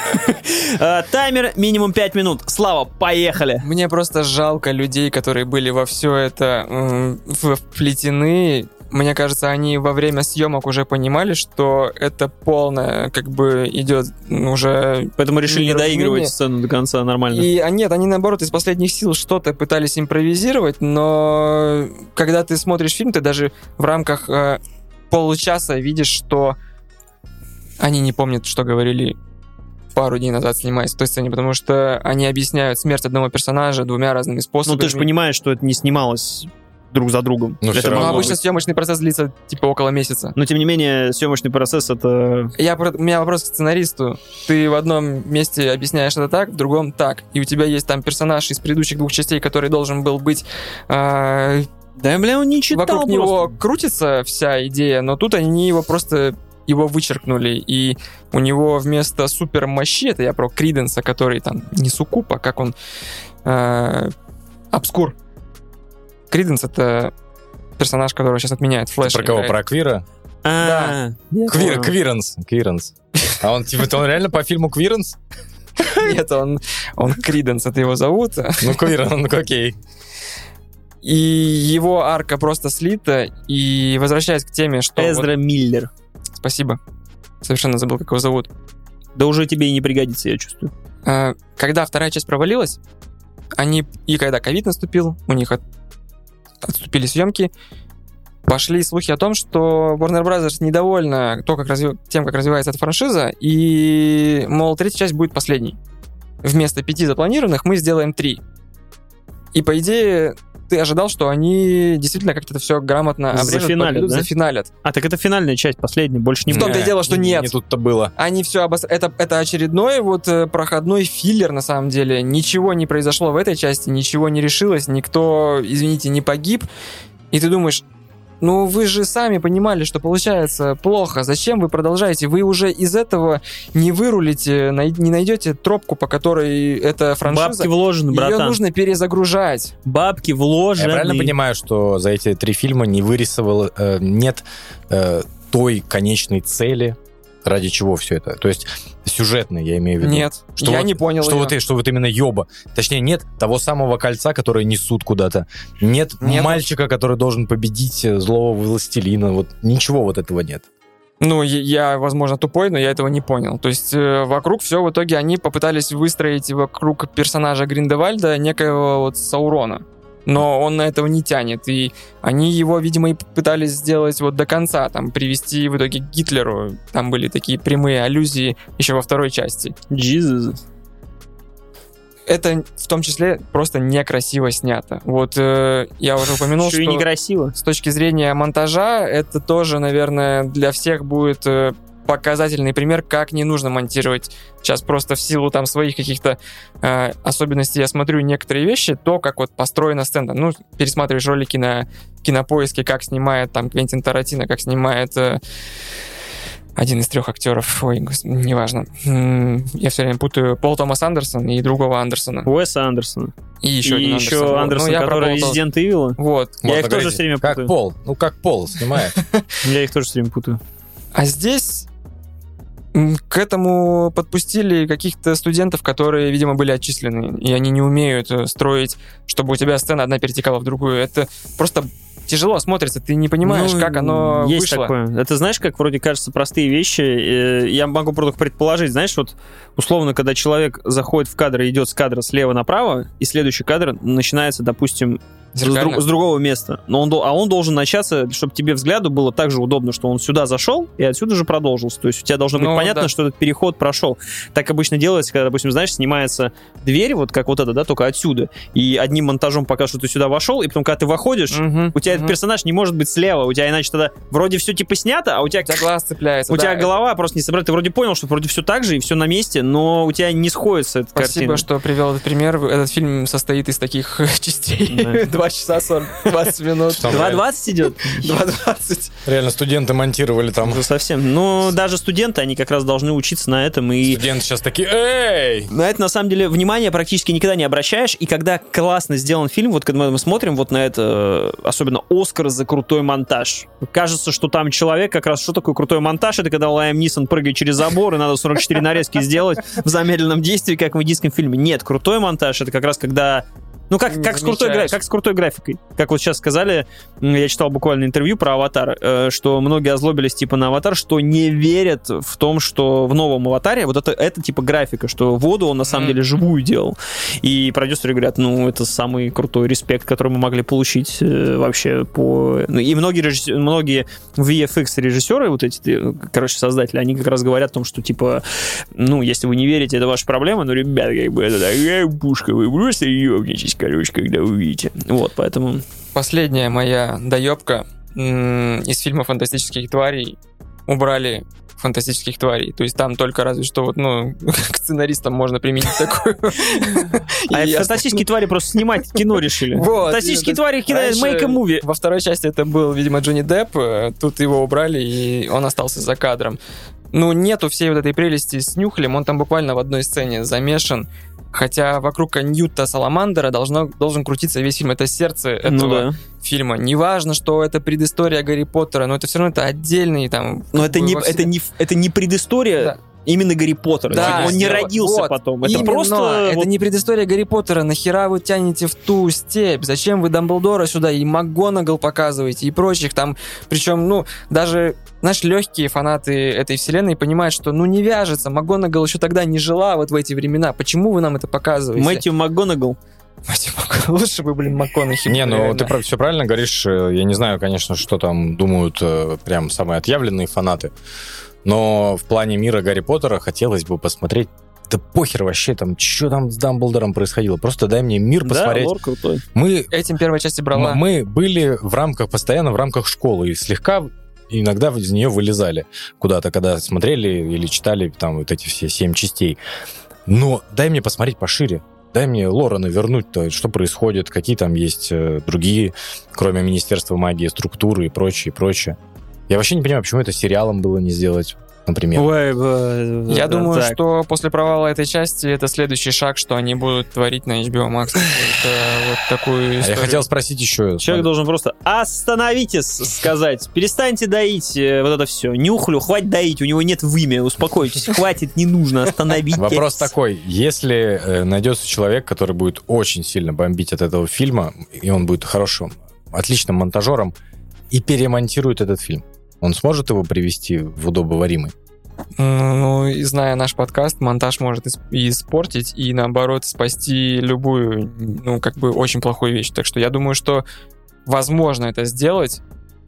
А, Таймер минимум пять минут. Слава, поехали. Мне просто жалко людей, которые были во все это м, вплетены. Мне кажется, они во время съемок уже понимали, что это полное, как бы, идет уже... Поэтому решили не недоразумение. доигрывать сцену до конца нормально. И а нет, они наоборот из последних сил что-то пытались импровизировать, но когда ты смотришь фильм, ты даже в рамках э, получаса видишь, что они не помнят, что говорили пару дней назад, снимаясь в той сцене, потому что они объясняют смерть одного персонажа двумя разными Ну, способами. ты же понимаешь, что это не снималось друг за другом. Ну, Это всё Но равно. могло обычно быть. съемочный процесс длится типа около месяца. Но, тем не менее, съемочный процесс — это... Я, про- у меня вопрос к сценаристу. Ты в одном месте объясняешь это так, в другом так. И у тебя есть там персонаж из предыдущих двух частей, который должен был быть... э, Да, бля, он не читал вокруг просто. него крутится вся идея, но тут они его просто... его вычеркнули, и у него вместо супермощи, это я про Криденса, который там не суккуб, а как он... Э, обскур. Криденс — это персонаж, которого сейчас отменяет Флэш. Про кого? играет. Про Квира? А, я Квир, понял. Квиренс. Квиренс. А он, типа, он реально по фильму Квиренс? Нет, он, он Криденс, это его зовут. Ну, Квиренс, ну, окей. И его арка просто слита. И возвращаясь к теме, что... Эзра Миллер. вот- спасибо. Совершенно забыл, как его зовут. Да уже тебе и не пригодится, я чувствую. А, Когда вторая часть провалилась, они... И когда ковид наступил, у них от- отступили съемки, пошли слухи о том, что Warner Bros. Недовольна то, как разви- тем, как развивается эта франшиза, и, мол, третья часть будет последней. Вместо пяти запланированных мы сделаем три. И, по идее, ты ожидал, что они действительно как-то это все грамотно обрежут, Зафиналят, подведут, да? зафиналят. А, так это финальная часть, последняя, больше не В том-то и будет. дело, что Не- нет. Не тут-то было. Они все обос... это, это очередной вот э, проходной филлер, на самом деле. Ничего не произошло в этой части, ничего не решилось, никто, извините, не погиб. И ты думаешь, ну вы же сами понимали, что получается плохо. Зачем вы продолжаете? Вы уже из этого не вырулите, най- не найдете тропку, по которой эта франшиза... Бабки вложены, Ее братан. нужно перезагружать. Бабки Я вложены. правильно понимаю, что за эти три фильма не вырисовал, э, нет э, той конечной цели, ради чего все это? То есть сюжетной, я имею в виду. Нет, Что я вот- не понял Что её. вот, и- что вот именно ёба. Точнее, нет того самого кольца, которое несут куда-то. Нет, Нет. мальчика, который должен победить э, злого властелина. Вот ничего вот этого нет. Ну, я- я, возможно, тупой, но я этого не понял. То есть э, вокруг все в итоге они попытались выстроить вокруг персонажа Гриндевальда некоего вот Саурона. Но он на этого не тянет. И они его, видимо, и пытались сделать вот до конца, там, привести в итоге к Гитлеру. Там были такие прямые аллюзии еще во второй части. Jesus. Это в том числе просто некрасиво снято. Вот э, я уже упомянул, Еще и что некрасиво. с точки зрения монтажа это тоже, наверное, для всех будет э, показательный пример, как не нужно монтировать. Сейчас просто в силу там своих каких-то э, особенностей я смотрю некоторые вещи, то, как вот построена сцена. Ну, пересматриваешь ролики на Кинопоиске, как снимает там Квентин Тарантино, как снимает э, один из трех актеров, ой, гос... неважно. Я все время путаю Пол Томас Андерсон и другого Андерсона. Уэса Андерсона. И еще и один еще Андерсон. Андерсон, вот. ну, который Resident Evil. Вот. Я Вот, их тоже погодите, все время как путаю. Пол. Ну, как Пол снимает. Я их тоже все время путаю. А здесь м, к этому подпустили каких-то студентов, которые, видимо, были отчислены, и они не умеют э, строить, чтобы у тебя сцена одна перетекала в другую. Это просто тяжело смотрится, ты не понимаешь, Ну, как оно есть вышло. такое. Это, знаешь, как вроде кажется простые вещи. э, Я могу только предположить, знаешь, вот условно, когда человек заходит в кадр и идет с кадра слева направо, и следующий кадр начинается, допустим, с, Зеркально. друг- с другого места. Но он, дол- а он должен начаться, чтобы тебе взгляду было так же удобно, что он сюда зашел и отсюда же продолжился. То есть у тебя должно быть Ну, понятно, да. что этот переход прошел. Так обычно делается, когда, допустим, знаешь, снимается дверь, вот как вот эта, да, только отсюда. И одним монтажом покажут, что ты сюда вошел, и потом, когда ты выходишь, Мгм, у тебя мгм. этот персонаж не может быть слева. У тебя иначе тогда вроде все типа снято, а у тебя... У тебя глаз цепляется. У да, тебя это- голова просто не собрана. Ты вроде понял, что вроде все так же, и все на месте, но у тебя не сходится эта Спасибо, картина. что привел этот пример. Этот фильм состоит из таких частей. Да. Два часа сорок, двадцать минут. Что? два двадцать идет? два двадцать. Реально студенты монтировали там. Уже совсем. Но даже студенты, они как раз должны учиться на этом. И Студенты сейчас такие, эй! на это, на самом деле, внимание практически никогда не обращаешь. И когда классно сделан фильм, вот когда мы смотрим вот на это, особенно «Оскар за крутой монтаж», кажется, что там человек как раз... Что такое крутой монтаж? Это когда Лайам Нисон прыгает через забор, и надо сорок четыре нарезки сделать в замедленном действии, как в индийском фильме. Нет, крутой монтаж — это как раз когда... Ну, как, Не как, с крутой, гра- замечаешь. как с крутой графикой. Как вот сейчас сказали, м, я читал буквально интервью про «Аватар», э, что многие озлобились типа на «Аватар», что не верят в том, что в новом «Аватаре» вот это, это типа графика, что воду он на самом Мгм. деле живую делал. И продюсеры говорят, ну, это самый крутой респект, который мы могли получить э, вообще по... Ну, и многие, режиссё- многие ви эф икс-режиссеры, вот эти, э, короче, создатели, они как раз говорят о том, что типа, ну, если вы не верите, это ваша проблема, но, ребят, как бы это такая пушка, вы просто ёбнитесь, короче, когда увидите. Вот, поэтому... Последняя моя доебка м, из фильма «Фантастических тварей» убрали фантастических тварей. То есть там только разве что вот, ну, к сценаристам можно применить такую. А И фантастические твари просто снимать кино решили. Вот, Фантастические именно. твари кидают Раньше make a movie. Во второй части это был, видимо, Джонни Депп. э, Тут его убрали, и он остался за кадром. Ну, нету всей вот этой прелести с Нюхлем. Он там буквально в одной сцене замешан. Хотя вокруг Ньюта Саламандера должно, должен крутиться весь фильм. Это сердце этого Ну да. фильма. Неважно, что это предыстория Гарри Поттера, но это все равно это отдельный там... Но это как бы не, во это вселен- не, это не предыстория Да. именно Гарри Поттера. Да, Он не вот, родился вот, потом. Это именно, просто... это вот- не предыстория Гарри Поттера. Нахера вы тянете в ту степь? Зачем вы Дамблдора сюда и МакГонагал показываете и прочих там? Причем, ну, даже, знаешь, легкие фанаты этой вселенной понимают, что, ну, не вяжется. МакГонагал еще тогда не жила вот в эти времена. Почему вы нам это показываете? Мэтью МакГонагал. Мэтью МакГонагал. Лучше бы, блин, МакКонахи. Не, ну реально. ты все правильно говоришь. э, Я не знаю, конечно, что там думают э, прям самые отъявленные фанаты. Но в плане мира Гарри Поттера хотелось бы посмотреть. Да похер вообще там, что там с Дамблдором происходило. Просто дай мне мир Да, посмотреть. лор крутой. Мы, Этим первая часть и брала. м- мы были в рамках, постоянно в рамках школы. И слегка иногда из нее вылезали куда-то, когда смотрели или читали там вот эти все семь частей. Но дай мне посмотреть пошире. Дай мне Лорена вернуть, то, что происходит, какие там есть э, другие, кроме Министерства магии, структуры и прочее, и прочее. Я вообще не понимаю, почему это сериалом было не сделать, например. Ой, э, Я да, думаю, так. что после провала этой части это следующий шаг, что они будут творить на эйч би о Max. Это вот такую А я историю. хотел спросить еще. Человек должен просто остановитесь, сказать. Перестаньте доить э, вот это все. Нюхлю, хватит доить, у него нет вымя. Успокойтесь, хватит, не нужно, остановитесь. Вопрос такой, если э, найдется человек, который будет очень сильно бомбить от этого фильма, и он будет хорошим, отличным монтажером, и перемонтирует этот фильм, он сможет его привести в удобоваримый? Ну, и зная наш подкаст, монтаж может ис- и испортить, и наоборот спасти любую, ну, как бы очень плохую вещь. Так что я думаю, что возможно это сделать,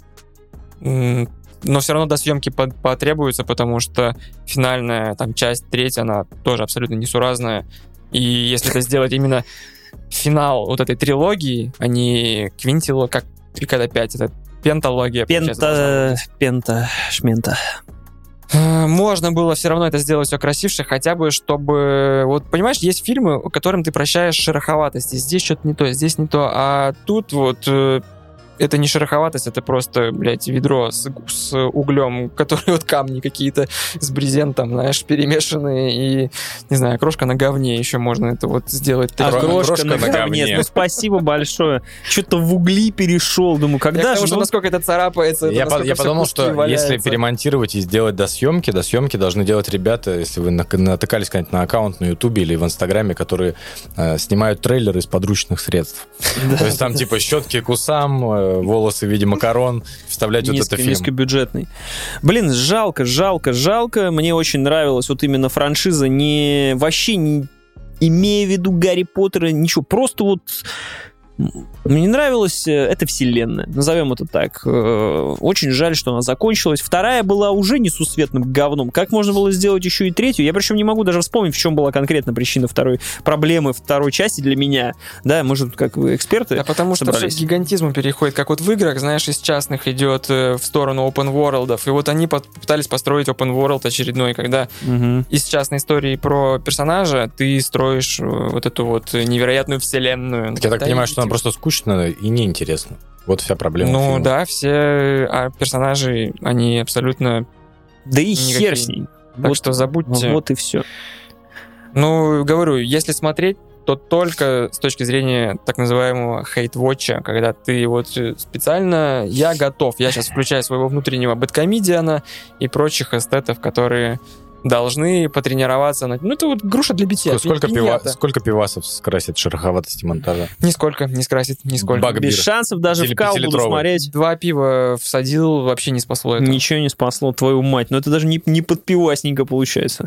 м, но все равно до съемки по- потребуется, потому что финальная там часть, третья, она тоже абсолютно несуразная. И если это сделать именно финал вот этой трилогии, а не квинтило, как три когда пять, это пенталогия. получается, должна Пента, быть. пента, шмента. Можно было все равно это сделать все красивше, хотя бы, чтобы... Вот, понимаешь, есть фильмы, которым ты прощаешь шероховатости. Здесь что-то не то, здесь не то. А тут вот... Это не шероховатость, это просто, блядь, ведро с, с углем, которые вот камни какие-то с брезентом, знаешь, перемешанные, и, не знаю, крошка на говне еще можно это вот сделать. А Крошка, крошка, крошка на, на говне. говне. Ну, спасибо большое. Что-то в угли перешел. Думаю, когда Я к же... тому, что ну, насколько это царапается, это Я, по- насколько я все подумал, куски что валяются. если перемонтировать и сделать до съемки, до съемки должны делать ребята, если вы на- натыкались когда-нибудь на аккаунт на Ютубе или в Инстаграме, которые э, снимают трейлеры из подручных средств. То есть там типа щетки к усам, э, волосы в виде макарон, вставлять вот Низко, это фильм. низкобюджетный. Блин, жалко, жалко, жалко. Мне очень нравилась вот именно франшиза, не вообще не имея в виду Гарри Поттера, ничего, просто вот мне нравилась эта вселенная, назовем это так. Очень жаль, что она закончилась. Вторая была уже несусветным говном. Как можно было сделать еще и третью? Я причем не могу даже вспомнить, в чем была конкретно причина второй проблемы второй части для меня. Да, мы же тут как вы эксперты. Да, потому что все к гигантизму переходит, как вот в играх, знаешь, из частных идет в сторону open world'ов, и вот они пытались построить open world очередной, когда Угу. из частной истории про персонажа ты строишь вот эту вот невероятную вселенную. Так я так Да, понимаю, и что нам типа- просто скучно и неинтересно. Вот вся проблема Ну фильма. да, все а персонажи, они абсолютно... Да и Никакие. хер с ней. Так Вот- что забудьте. Вот и все. Ну, говорю, если смотреть, то только с точки зрения так называемого хейт-вотча, когда ты вот специально... Я готов, я сейчас включаю своего внутреннего бэдкомедиана и прочих эстетов, которые должны потренироваться. На... Ну, это вот груша для битья. Сколько, пи- пива- пиньята. сколько пивасов скрасит шероховатости монтажа? Нисколько, не скрасит, нисколько. Баг- Без Бир. шансов даже Или в кал буду пятилитровый. смотреть. Два пива всадил, вообще не спасло это. Ничего не спасло, твою мать. Но это даже не, не подпивасненько получается.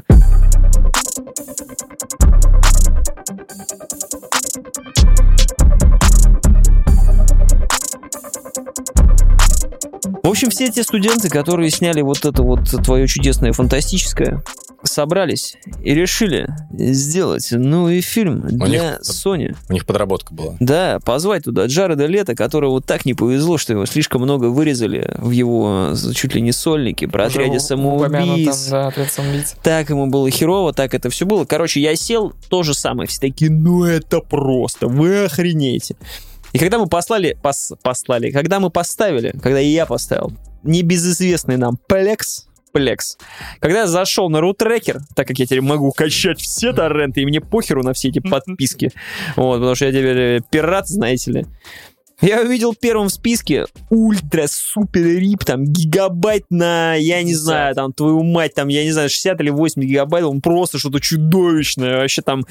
В общем, все те студенты, которые сняли вот это вот твое чудесное фантастическое, собрались и решили сделать новый фильм для них- Sony. У них подработка была. Да, позвать туда Джареда Лето, которого так не повезло, что его слишком много вырезали в его чуть ли не сольнике про Уже отряде в- упомянутом, самоубийц. Да, отряд самоубийц. Так ему было херово, так это все было. Короче, я сел, то же самое. Все такие, ну это просто, вы охренеете. И когда мы послали, пос, послали, когда мы поставили, когда и я поставил, небезызвестный нам Plex, Plex, когда я зашел на рутрекер, так как я теперь могу качать все торренты, и мне похеру на все эти подписки, вот, потому что я теперь пират, знаете ли, я увидел первым в списке ультра-супер-рип, там, гигабайт на, я не знаю, там, твою мать, там, я не знаю, шестьдесят или восемьдесят гигабайт, он просто что-то чудовищное, вообще там...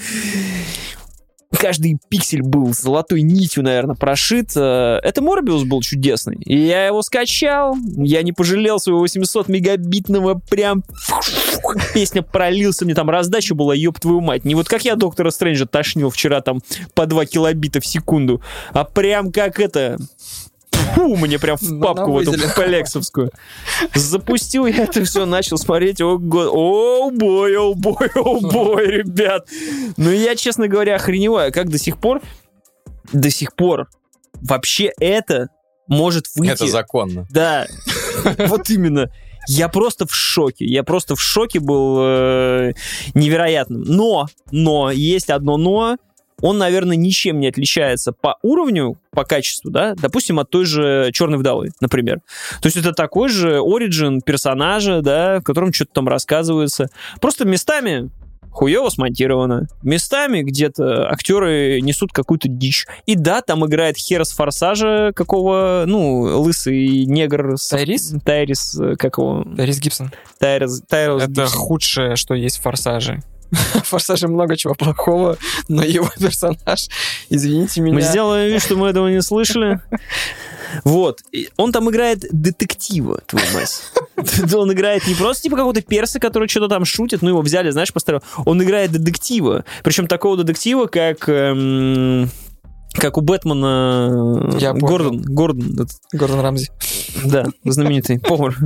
Каждый пиксель был золотой нитью, наверное, прошит. Это Морбиус был чудесный. И я его скачал. Я не пожалел своего восемьсот мегабитного прям... Песня пролился. Мне там раздача была, ёб твою мать. Не вот как я Доктора Стрэнджа тошнил вчера там по два килобита в секунду, а прям как это... Фу, мне прям в Ну, папку в эту навызили. полексовскую. Запустил я это все, начал смотреть. О, го- о, бой, о, бой, о, бой, ребят. Ну, я, честно говоря, охреневаю, как до сих пор, до сих пор вообще это может выйти... Это законно. Да, вот именно. Я просто в шоке. Я просто в шоке был э, невероятным. Но, но, есть одно но. Он, наверное, ничем не отличается по уровню, по качеству, да, допустим, от той же «Черной вдовы», например. То есть это такой же оригин персонажа, да, в котором что-то там рассказывается. Просто местами хуево смонтировано. Местами где-то актеры несут какую-то дичь. И да, там играет хер с «Форсажа» какого, ну, лысый негр. с- Тайрис? Тайрис, э, как его? Рис Гибсон. Тайрис, Тайрис Это Гибсон. худшее, что есть в «Форсаже». В «Форсаже» много чего плохого, но его персонаж, извините меня... Мы сделаем вид, что мы этого не слышали. Вот. И он там играет детектива, твою мать. Он играет не просто типа какого-то перса, который что-то там шутит, ну его взяли, знаешь, поставили. Он играет детектива. Причем такого детектива, как... эм, как у Бэтмена Я понял. Гордон. Гордон. этот, Гордон Рамзи. Да, знаменитый повар.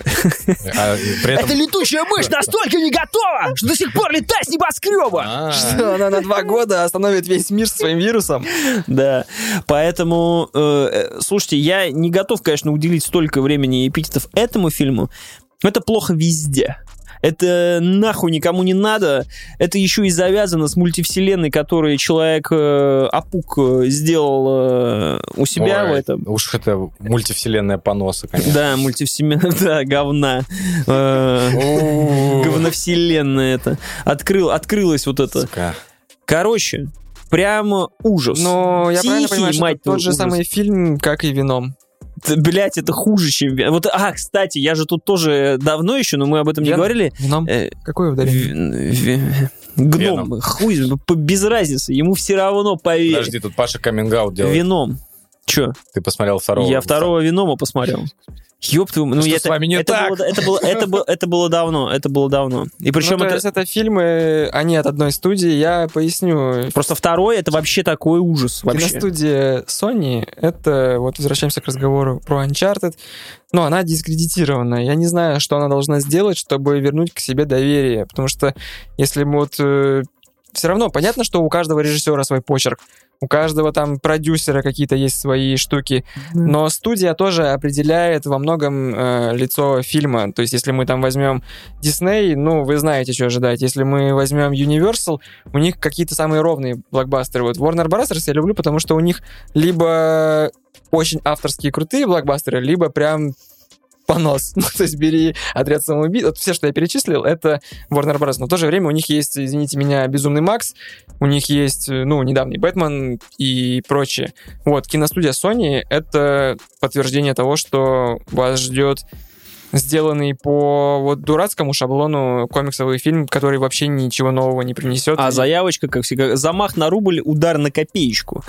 А при этом... летучая мышь настолько не готова, что до сих пор летает с небоскреба. А, Что она на два года остановит весь мир своим вирусом. Да, поэтому, э, э, слушайте, я не готов, конечно, уделить столько времени и эпитетов этому фильму. Это плохо везде. Это нахуй никому не надо. Это еще и завязано с мультивселенной, которую Человек-Апук сделал э, у себя Ой, в этом. Уж это мультивселенная поноса, конечно. Да, мультивселенная, да, говна. Э, Говновселенная это. Открыл, открылась вот это. Сука. Короче, прямо ужас. Но я правильно Тихий, понимаю, что мать это тот твою, же ужас. самый фильм, как и «Веном». Блять, это хуже, чем... Вот, а, кстати, я же тут тоже давно еще, но мы об этом не Вен- говорили. «Веном»? Э, Какое ударение? в- в- Гном, хуй, п- без разницы, ему все равно поверь. Подожди, тут Паша каминг-аут делает. Веном. Че? Ты посмотрел второго? Я второго Венома посмотрел. Ёб твою, ну Что я с вами не это, так? Было, это, было, это, было, это было давно, это было давно. И причем Ну, то это... есть это фильмы, они от одной студии, я поясню. Просто второй, это вообще такой ужас. Вообще. Киностудия Sony, это, вот возвращаемся к разговору про Uncharted, но она дискредитирована. Я не знаю, что она должна сделать, чтобы вернуть к себе доверие, потому что если мы вот... Э, все равно понятно, что у каждого режиссера свой почерк, у каждого там продюсера какие-то есть свои штуки, но студия тоже определяет во многом э, лицо фильма. То есть если мы там возьмем Disney, ну, вы знаете, что ожидать. Если мы возьмем Universal, у них какие-то самые ровные блокбастеры. Вот Warner Bros. Я люблю, потому что у них либо очень авторские крутые блокбастеры, либо прям понос. Ну, то есть бери «Отряд самоубийц». Вот все, что я перечислил, это Warner Bros. Но в то же время у них есть, извините меня, «Безумный Макс», у них есть, ну, недавний «Бэтмен» и прочее. Вот, киностудия Sony — это подтверждение того, что вас ждет сделанный по вот дурацкому шаблону комиксовый фильм, который вообще ничего нового не принесет. А И- заявочка, как всегда, замах на рубль, удар на копеечку.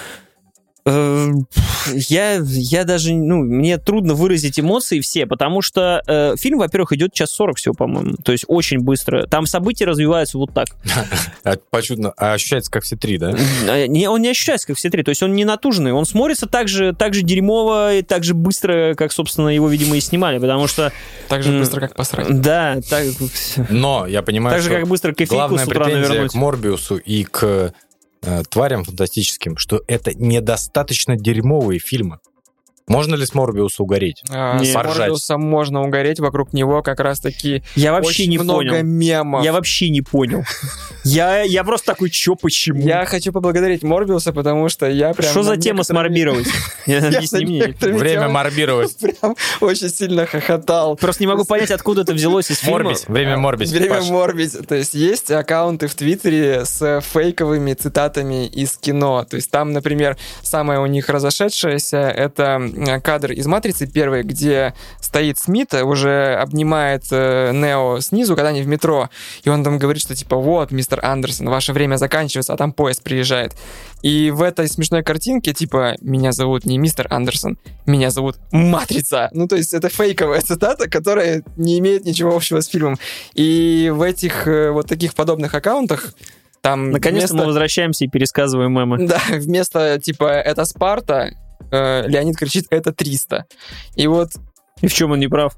Э, Я, я даже, ну, мне трудно выразить эмоции все, потому что э, фильм, во-первых, идет час сорок всего, по-моему, то есть очень быстро. Там события развиваются вот так. А, почудно. А ощущается, как все три, да? А, не- Он не ощущается, как все три, то есть он не натужный, он смотрится так же, так же дерьмово и так же быстро, как, собственно, его, видимо, и снимали, потому что, так же м, быстро, как посрать. да, так, Но я понимаю, так же, что как быстро кофейку главная с утра претензия навернуть. к Морбиусу и к э, тварям фантастическим, что это недостаточно дерьмовые фильмы. Можно ли с Морбиуса угореть? А, Не. С Поржать. Морбиусом можно угореть, вокруг него как раз-таки Я вообще очень не много понял. мемов. Я вообще не понял. Я, я просто такой, чё, почему? Я хочу поблагодарить Морбиуса, потому что я прям... Что за над тема с некоторыми- морбировать? Я Объясни над мне. некоторыми Время темами морбировать. прям очень сильно хохотал. Просто не могу понять, откуда это взялось из фильма. Морбить. Время морбить. Время Паш. морбить. То есть есть аккаунты в Твиттере с фейковыми цитатами из кино. То есть там, например, самое у них разошедшееся — это э, кадр из «Матрицы» первой, где стоит Смит, уже обнимает э, Нео снизу, когда они в метро, и он там говорит, что типа вот, мистер Андерсон, ваше время заканчивается, а там поезд приезжает. И в этой смешной картинке типа «Меня зовут не мистер Андерсон, меня зовут Матрица». Ну, то есть это фейковая цитата, которая не имеет ничего общего с фильмом. И в этих э, вот таких подобных аккаунтах там Наконец-то мы вместо- возвращаемся и пересказываем мемы. да, вместо типа «это Спарта», э, Леонид кричит «это триста». И вот И в чем он не прав?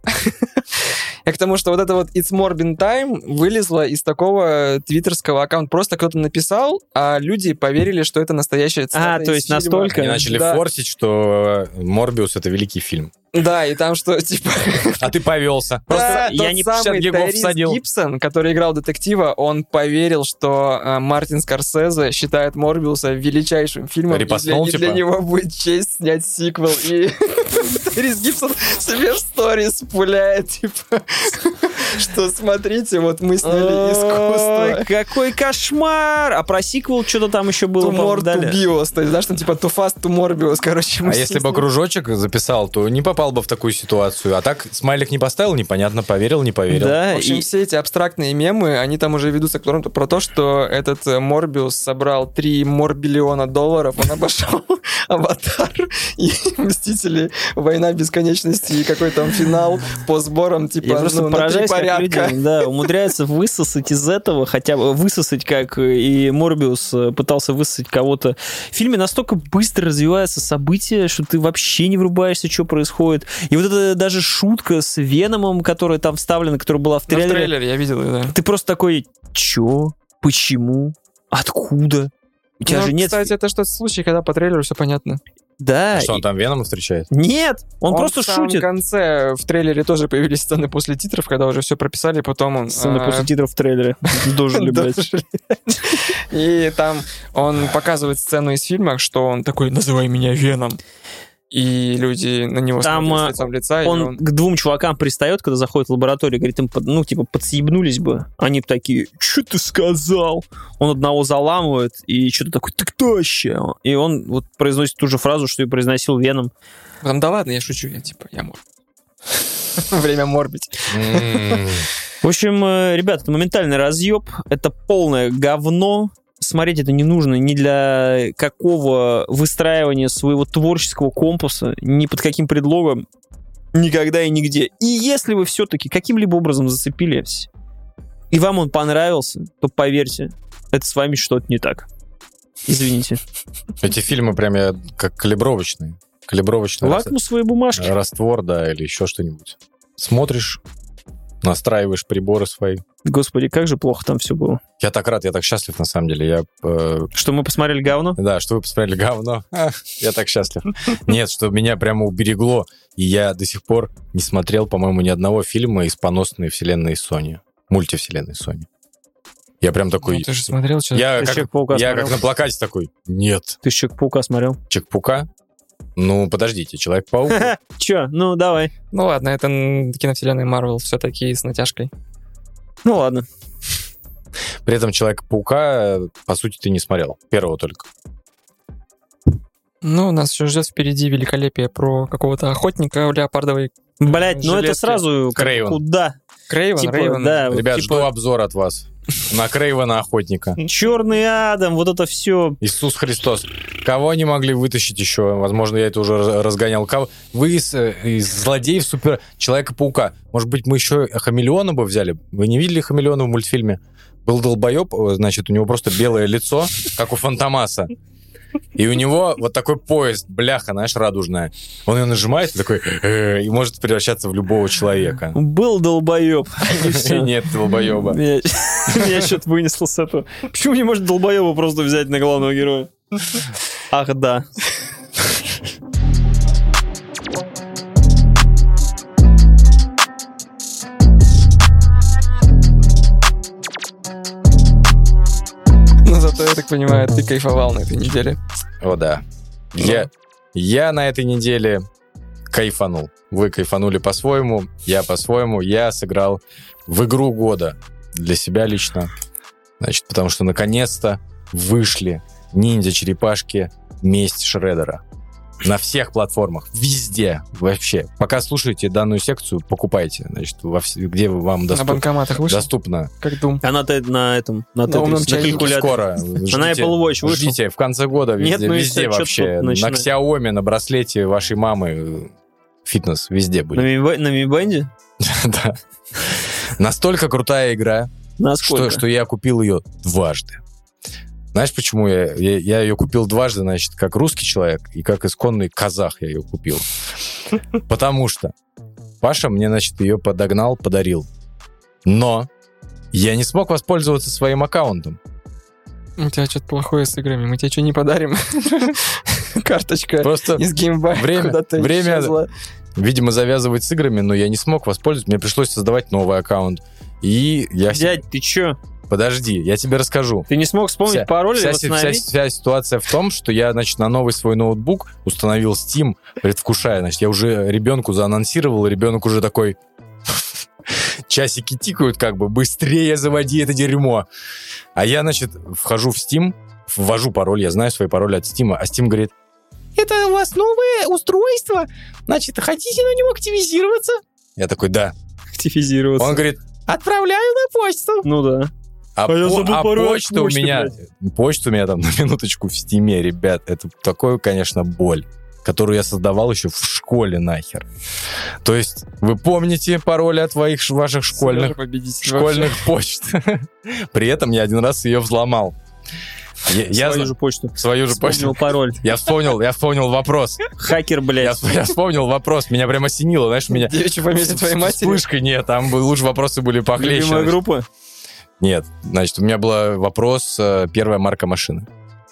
я к тому, что вот это вот «It's Morbin Time» вылезло из такого твиттерского аккаунта. Просто кто-то написал, а люди поверили, что это настоящая цитата А, то из есть фильма. настолько? Они начали Да. форсить, что Морбиус — это великий фильм. Да, и там что, типа... А ты повелся. Просто Да, я тот не самый пятьдесят гигов Тайрис всадил. Гибсон, который играл детектива, он поверил, что э, Мартин Скорсезе считает Морбиуса величайшим фильмом, и для, Репостнул, и для типа? него будет честь снять сиквел. И Тайрис Гибсон себе в сторис пуляет, типа, что смотрите, вот мы сняли искусство. Ой, какой кошмар! А про сиквел что-то там еще было, To more по-моему, to далее. bios, то есть, знаешь, там типа too fast to Morbius, короче. мы А с если ним бы сняли. кружочек записал, то не попал бы в такую ситуацию. А так смайлик не поставил, непонятно, поверил, не поверил. Да, В общем, и- все эти абстрактные мемы, они там уже ведутся к тому, про то, что этот э, Морбиус собрал три морбиллиона долларов, он обошел Аватар и Мстители, Война бесконечности и какой там финал по сборам, типа, Я просто ну, на три поражаюсь, как порядка. люди, да, умудряются высосать из этого, хотя бы высосать, как и Морбиус э, пытался высосать кого-то. В фильме настолько быстро развиваются события, что ты вообще не врубаешься, что происходит. И вот эта даже шутка с Веномом, которая там вставлена, которая была в Ну, в трейлере, трейлере я видел, да. ты просто такой, чё? Почему? Откуда? У тебя Ну, же нет... кстати, это что-то случай, когда по трейлеру все понятно. Да. А что, и- он там Венома встречает? Нет, он, просто в самом шутит. конце в трейлере тоже появились сцены после титров, когда уже все прописали, потом он... Сцены а, после титров в трейлере. Дожили, блядь. дожили. И там он показывает сцену из фильма, что он такой: «Называй меня Веном». И люди на него Там, смотрят а, с лицом лица, и Он он... к двум чувакам пристает, когда заходит в лабораторию, говорит им, под- ну, типа, подсъебнулись бы. Они б такие: что ты сказал? Он одного заламывает, и что-то такой: ты кто вообще? И он вот произносит ту же фразу, что и произносил Веном. Там, да ладно, я шучу, я типа, я мор. Время морбить. М. В общем, э, ребят, это моментальный разъеб, это полное говно. Смотреть это не нужно ни для какого выстраивания своего творческого компаса, ни под каким предлогом, никогда и нигде. И если вы все-таки каким-либо образом зацепились, и вам он понравился, то поверьте, это с вами что-то не так. Извините. Эти фильмы прям я как калибровочные. Калибровочный рас- Лакмусовые бумажки. раствор, да, или еще что-нибудь. Смотришь, настраиваешь приборы свои. Господи, как же плохо там все было. Я так рад, я так счастлив, на самом деле. Я, э, Что мы посмотрели говно? да, что вы посмотрели говно. А, я так счастлив. Нет, что меня прямо уберегло, и я до сих пор не смотрел, по-моему, ни одного фильма из поносной вселенной Sony. Мультивселенной Sony. Я прям такой... Ну, ты же смотрел что-то? Я, Ты как, Человека-паука я смотрел? как на плакате такой, нет. Ты Человека-паука смотрел? Человек-паука? Ну, подождите, Человек-паук? Че? Ну, давай. Ну ладно, это м, киновселенная Марвел все-таки с натяжкой. Ну, ладно. При этом Человека-паука, по сути, ты не смотрел. Первого только. Ну, нас еще ждет впереди великолепие про какого-то охотника в леопардовой Блять, ну это жилетки. сразу как бы Крейвен. куда? Крейвен, Типа, Рейвен. да, вот Ребят, типа жду обзор от вас. На Крейвена охотника. Черный Адам, вот это все. Иисус Христос. Кого они могли вытащить еще? Возможно, я это уже раз- разгонял. Кого? Вы из, э, из злодеев супер Человека-паука. Может быть, мы еще Хамелеона бы взяли? Вы не видели Хамелеона в мультфильме? Был долбоеб, э, значит, у него просто белое лицо, как у Фантомаса. И у него вот такой поезд, бляха, знаешь, радужная. Он ее нажимает, и такой, э, и может превращаться в любого человека. Был долбоеб. И всё. Нет, долбоеба. Меня меня что-то вынесло с этого. Почему не может долбоеба просто взять на главного героя? Ах, да. Ну, зато, я так понимаю, ты кайфовал на этой неделе. О, да. Я, я на этой неделе кайфанул. Вы кайфанули по-своему, я по-своему. Я сыграл в игру года для себя лично. Значит, потому что наконец-то вышли ниндзя-черепашки «Месть Шреддера». На всех платформах, везде, вообще. Пока слушаете данную секцию, покупайте. Значит, во вс- где вам На доступ- банкоматах вышел, доступно. как Дум. Она то на этом, на, На умном Тетрис, на чайнике. калькуляторе. Скоро. На Ждите, Apple Watch вышел. ждите, в конце года Нет, везде, ну, везде если вообще. что-то На начинать. Xiaomi, на браслете вашей мамы э, фитнес везде На будет. ми- на Mi-Band? Да. Настолько крутая игра, Насколько? что, что я купил ее дважды. Знаешь, почему я, я, я ее купил дважды, значит, как русский человек и как исконный казах я ее купил? Потому что Паша мне, значит, ее подогнал, подарил. Но я не смог воспользоваться своим аккаунтом. У тебя что-то плохое с играми, мы тебе что не подарим? Карточка Просто из геймбая время- куда-то время- исчезла. видимо, завязывать с играми, но я не смог воспользоваться. Мне пришлось создавать новый аккаунт. И я... Дядь, ты чё? Подожди, я тебе расскажу. Ты не смог вспомнить Вся- пароль или вся, си- вся, восстановить? вся ситуация в том, что я, значит, на новый свой ноутбук установил Steam, предвкушая. Значит, я уже ребенку заанонсировал, ребенок уже такой... Часики тикают, как бы, быстрее заводи это дерьмо. А я, значит, вхожу в Steam, ввожу пароль, я знаю свои пароли от Steam, а Steam говорит: это у вас новое устройство, значит, хотите на него активизироваться? Я такой: да. Активизироваться. Он говорит: отправляю на почту. Ну да. А, А я по- забыл а пароль от почта у почты, меня... Почта у меня там на минуточку в Стиме, ребят. Это такое, конечно, боль, которую я создавал еще в школе нахер. То есть вы помните пароли от ваших, ваших школьных, Сережа победитель школьных почт. При этом я один раз ее взломал. Я, я Свою зна- же почту. свою же Вспомнил почту. пароль. Я вспомнил, я вспомнил вопрос. Хакер, Я, блядь. я вспомнил вопрос. Меня прям осенило, знаешь, меня... Девичья фамилия твоей матери. Вспышкой нет, там бы лучше вопросы были похлеще. Любимая группа? Нет, значит, у меня был вопрос, э, первая марка машины.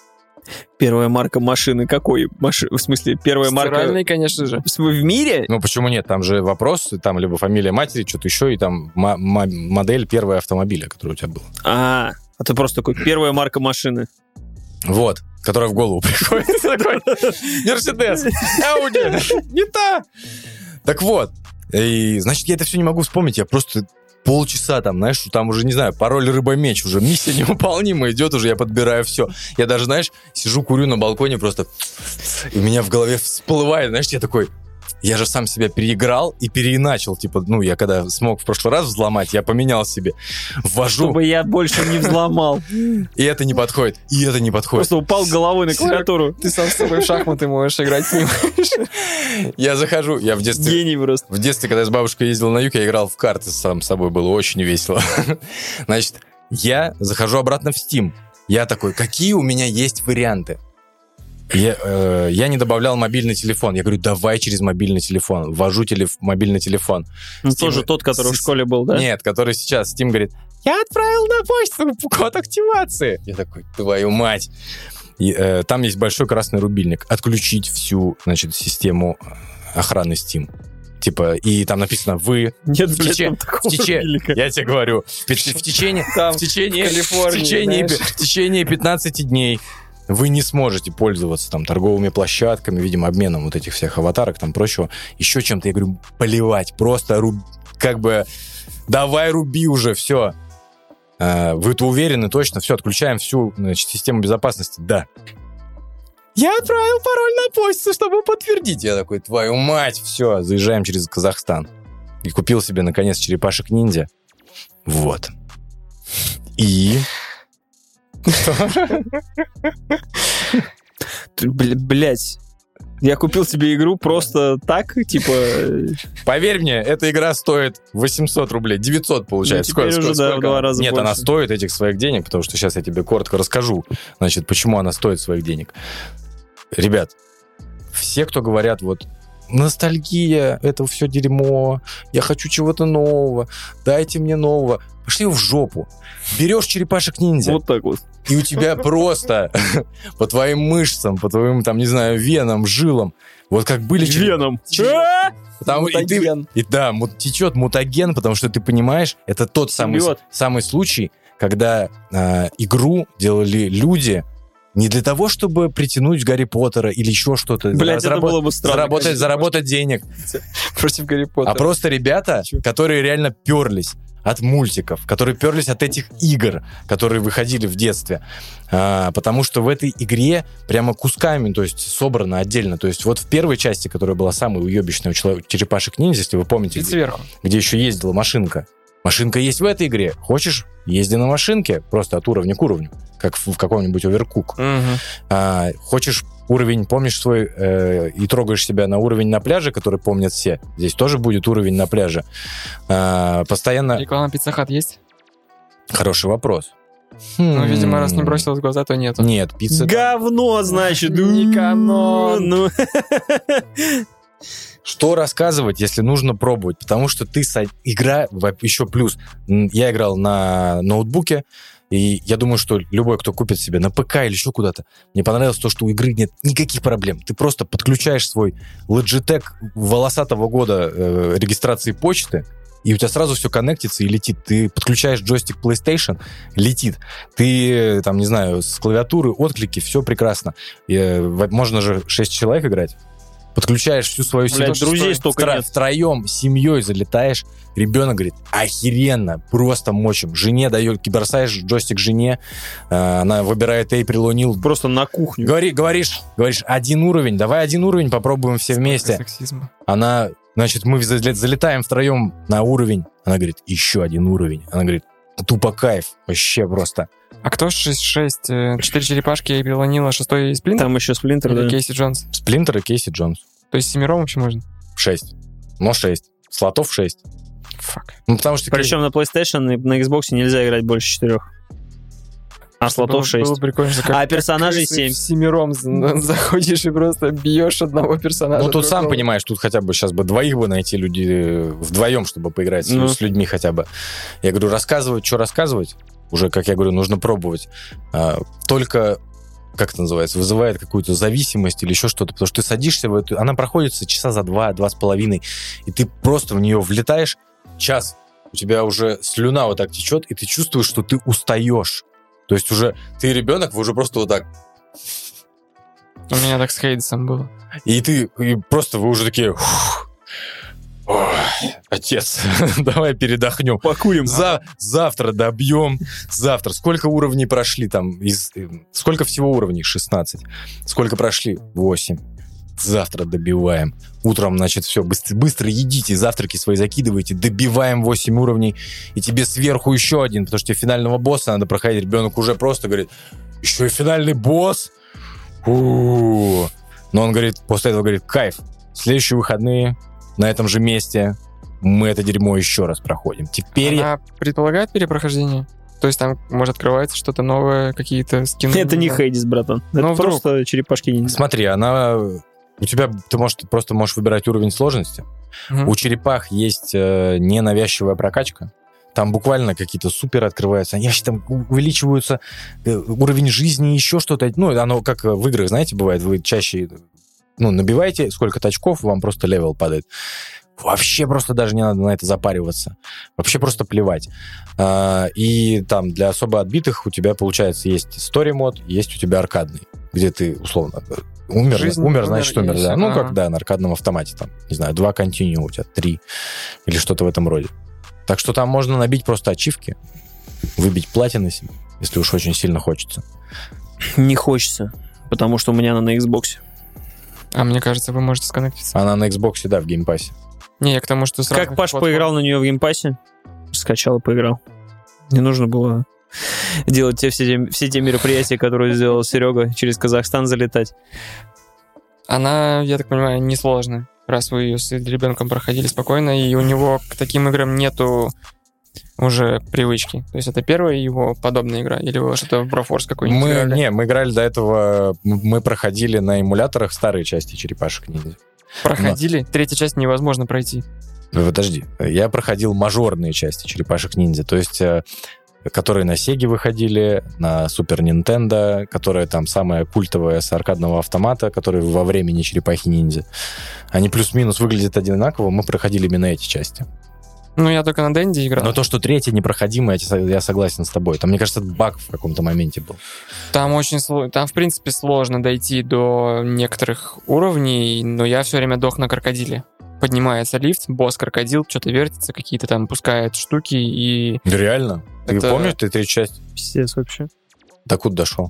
Первая марка машины какой? Маши... В смысле, первая марка... Стиральной, конечно же. В мире? Ну, почему нет? Там же вопрос, там либо фамилия матери, что-то еще, и там м- м- модель первого автомобиля, который у тебя был. А, а ты просто такой, первая марка машины. Вот, которая в голову приходит. Такой, Мерседес, Ауди, не та. Так вот, и, значит, я это все не могу вспомнить, я просто... полчаса там, знаешь, там уже, не знаю, пароль рыба-меч, уже миссия невыполнима идет, уже я подбираю все. Я даже, знаешь, сижу, курю на балконе просто, и у меня в голове всплывает, знаешь, я такой, я же сам себя переиграл и переиначил, типа, ну, я когда смог в прошлый раз взломать, я поменял себе, ввожу. Чтобы я больше не взломал. И это не подходит, и это не подходит. Просто упал головой на клавиатуру. Ты сам с собой в шахматы можешь играть, понимаешь? Я захожу, я в детстве... Гений просто. В детстве, когда я с бабушкой ездил на юг, я играл в карты сам с собой, было очень весело. Значит, я захожу обратно в Steam. Я такой, какие у меня есть варианты? Я, э, я не добавлял мобильный телефон. Я говорю, давай через мобильный телефон. Ввожу телеф- мобильный телефон. Ну, Steam... тоже тот, который в школе был, да? Нет, который сейчас. Steam говорит, я отправил на почту код активации. Я такой, твою мать. И, э, там есть большой красный рубильник. Отключить всю, значит, систему охраны Steam. Типа, и там написано, вы... Нет, в, теч... в, тече... Я тебе говорю, в, в течение... Там, в течение... в Калифорнии, в течение... знаешь. в течение пятнадцати дней вы не сможете пользоваться там торговыми площадками, видимо, обменом вот этих всех аватарок, там прочего, еще чем-то. Я говорю, плевать, просто руб... как бы давай руби уже, все. А, вы-то уверены точно? Все, отключаем всю, значит, систему безопасности. Да. Я отправил пароль на почту, чтобы подтвердить. Я такой, твою мать, все, заезжаем через Казахстан. И купил себе, наконец, черепашек-ниндзя. Вот. И... Блять. Я купил себе игру просто так, типа... Поверь мне, эта игра стоит восемьсот рублей, девятьсот получается. Ну, теперь уже, да, в два раза Нет, больше. она стоит этих своих денег, потому что сейчас я тебе коротко расскажу, значит, почему она стоит своих денег. Ребят, все, кто говорят, вот, ностальгия, это все дерьмо, я хочу чего-то нового, дайте мне нового, пошли в жопу. Берешь черепашек-ниндзя. Вот так вот. И у тебя просто по твоим мышцам, по твоим, там, не знаю, венам, жилам, вот как были... Веном. Там, и, ты, и да, мут, течет мутаген, потому что ты понимаешь, это тот самый, самый случай, когда э, игру делали люди не для того, чтобы притянуть Гарри Поттера или еще что-то. Блять, заработ... это было бы странно. Заработать, конечно, заработать денег. Против Гарри Поттера. А просто ребята, Чё? которые реально перлись от мультиков, которые перлись от этих игр, которые выходили в детстве. А, потому что в этой игре прямо кусками, то есть собрано отдельно. То есть вот в первой части, которая была самой уебищной у человек, черепашек-ниндзя, если вы помните, И где, сверху. где еще ездила машинка. Машинка есть в этой игре. Хочешь, езди на машинке, просто от уровня к уровню, как в, в каком-нибудь Overcook. Мгм. А, хочешь уровень, помнишь свой, э, и трогаешь себя на уровень на пляже, который помнят все. Здесь тоже будет уровень на пляже. А, постоянно... Реклама Pizza Hut есть? Хороший вопрос. Ну, видимо, раз не бросилось в глаза, то нету. Нет, пицца... Говно, значит. Не канон. Ну, Что рассказывать, если нужно пробовать? Потому что ты... Со... Игра... Еще плюс. м, Я играл на ноутбуке, и я думаю, что любой, кто купит себе на ПК или еще куда-то, мне понравилось то, что у игры нет никаких проблем. Ты просто подключаешь свой Logitech волосатого года э, регистрации почты, и у тебя сразу все коннектится и летит. Ты подключаешь джойстик PlayStation, летит. Ты, там, не знаю, с клавиатуры, отклики, все прекрасно. И, э, в- можно же шесть человек играть. Подключаешь всю свою Блядь, семью. друзей столько Втро- нет. Втроем, семьей залетаешь. Ребенок говорит, охеренно, просто мочим. Жене даешь, бросаешь джойстик жене, э, она выбирает Эйприл О'Нил. просто на кухню. Говори, говоришь, говоришь, один уровень, давай один уровень попробуем все вместе. Сексизма. Она, значит, мы зале- залетаем втроем на уровень. Она говорит, еще один уровень. Она говорит, тупо кайф, вообще просто. А кто шесть шесть? четыре черепашки, Эйприл О'Нила, шестой Сплинтер? Там еще Сплинтер, Или да. Кейси Джонс? Сплинтер и Кейси Джонс. То есть семером вообще можно? Шесть. Но шесть. Слотов шесть. Фак. Ну, потому что... Причем на PlayStation и на Xbox нельзя играть больше четырех. А слотов Было- шесть. Было прикольно, что как- А как персонажей крысы семь. Семером за- заходишь и просто бьешь одного персонажа. Ну, тут сам другого. понимаешь, тут хотя бы сейчас бы двоих бы найти люди э, вдвоем, чтобы поиграть с- Ну. с людьми хотя бы. Я говорю, рассказывать, что рассказывать? Уже, как я говорю, нужно пробовать. А, Только как это называется, вызывает какую-то зависимость или еще что-то, потому что ты садишься в эту... Она проходится часа за два, два с половиной, и ты просто в нее влетаешь, час, у тебя уже слюна вот так течет, и ты чувствуешь, что ты устаешь. То есть уже ты ребенок, вы уже просто вот так... У меня так с Хейдсом было. И ты, и просто вы уже такие... Ой, отец, давай передохнем. Покурим. За, завтра добьем. Завтра. Сколько уровней прошли там? Из, сколько всего уровней? шестнадцать. Сколько прошли? восемь. Завтра добиваем. Утром, значит, все, быстро, быстро едите, завтраки свои закидывайте, добиваем восемь уровней, и тебе сверху еще один, потому что тебе финального босса надо проходить. Ребенок уже просто говорит, еще и финальный босс? У-у-у. Но он говорит, после этого говорит, кайф. Следующие выходные на этом же месте мы это дерьмо еще раз проходим. Теперь... Она предполагает перепрохождение? То есть там, может, открывается что-то новое, какие-то скины? Это не Хейдис, братан. Это Ну, вдруг. просто черепашки ниндзя. Смотри, она... У тебя... Ты можешь, просто можешь выбирать уровень сложности. Мгм. У черепах есть э, ненавязчивая прокачка. Там буквально какие-то супер открываются. Они вообще там у- увеличиваются э, уровень жизни, еще что-то. Ну, оно как в играх, знаете, бывает. Вы чаще ну, набиваете сколько-то очков, вам просто левел падает. Вообще просто даже не надо на это запариваться. Вообще просто плевать. А, и там для особо отбитых у тебя, получается, есть story-мод, есть у тебя аркадный, где ты, условно, умер, Жизнь, умер, умер, значит, и умер, всё. да. Ну, Ага. как, да, на аркадном автомате, там, не знаю, два континью у тебя, три, или что-то в этом роде. Так что там можно набить просто ачивки, выбить платины себе, если уж очень сильно хочется. Не хочется, потому что у меня она на Xbox. А мне кажется, вы можете сконнектиться. Она на Xbox, да, в геймпассе. Не, я к тому, что... с Как разных Паш платформ. поиграл на нее в геймпассе, скачал и поиграл. Не нужно было делать те, все, те, все те мероприятия, которые сделал Серега, через Казахстан залетать. Она, я так понимаю, несложная, раз вы ее с ребенком проходили спокойно, и у него к таким играм нету уже привычки. То есть это первая его подобная игра, или вы что-то в Broforce какой-нибудь Мы, играли? не, мы играли до этого, м- мы проходили на эмуляторах старые части черепашек ниндзя. Проходили? Третью часть невозможно пройти. Ну, Подожди, я проходил мажорные части черепашек ниндзя, то есть э, которые на Сеге выходили, на Супер Нинтендо, которая там самая культовая с аркадного автомата, которая во времени черепахи ниндзя. Они плюс-минус выглядят одинаково, мы проходили именно эти части. Ну, я только на Дэнди играл. Но то, что третья непроходимая, я те- я согласен с тобой. Там, мне кажется, баг в каком-то моменте был. Там очень сложно. Там, в принципе, сложно дойти до некоторых уровней, но я все время дох на крокодиле. Поднимается лифт, босс-крокодил, что-то вертится, какие-то там пускает штуки, и... Да реально? Ты Это- помнишь, ты третью часть? Пиздец вообще. До куда дошел?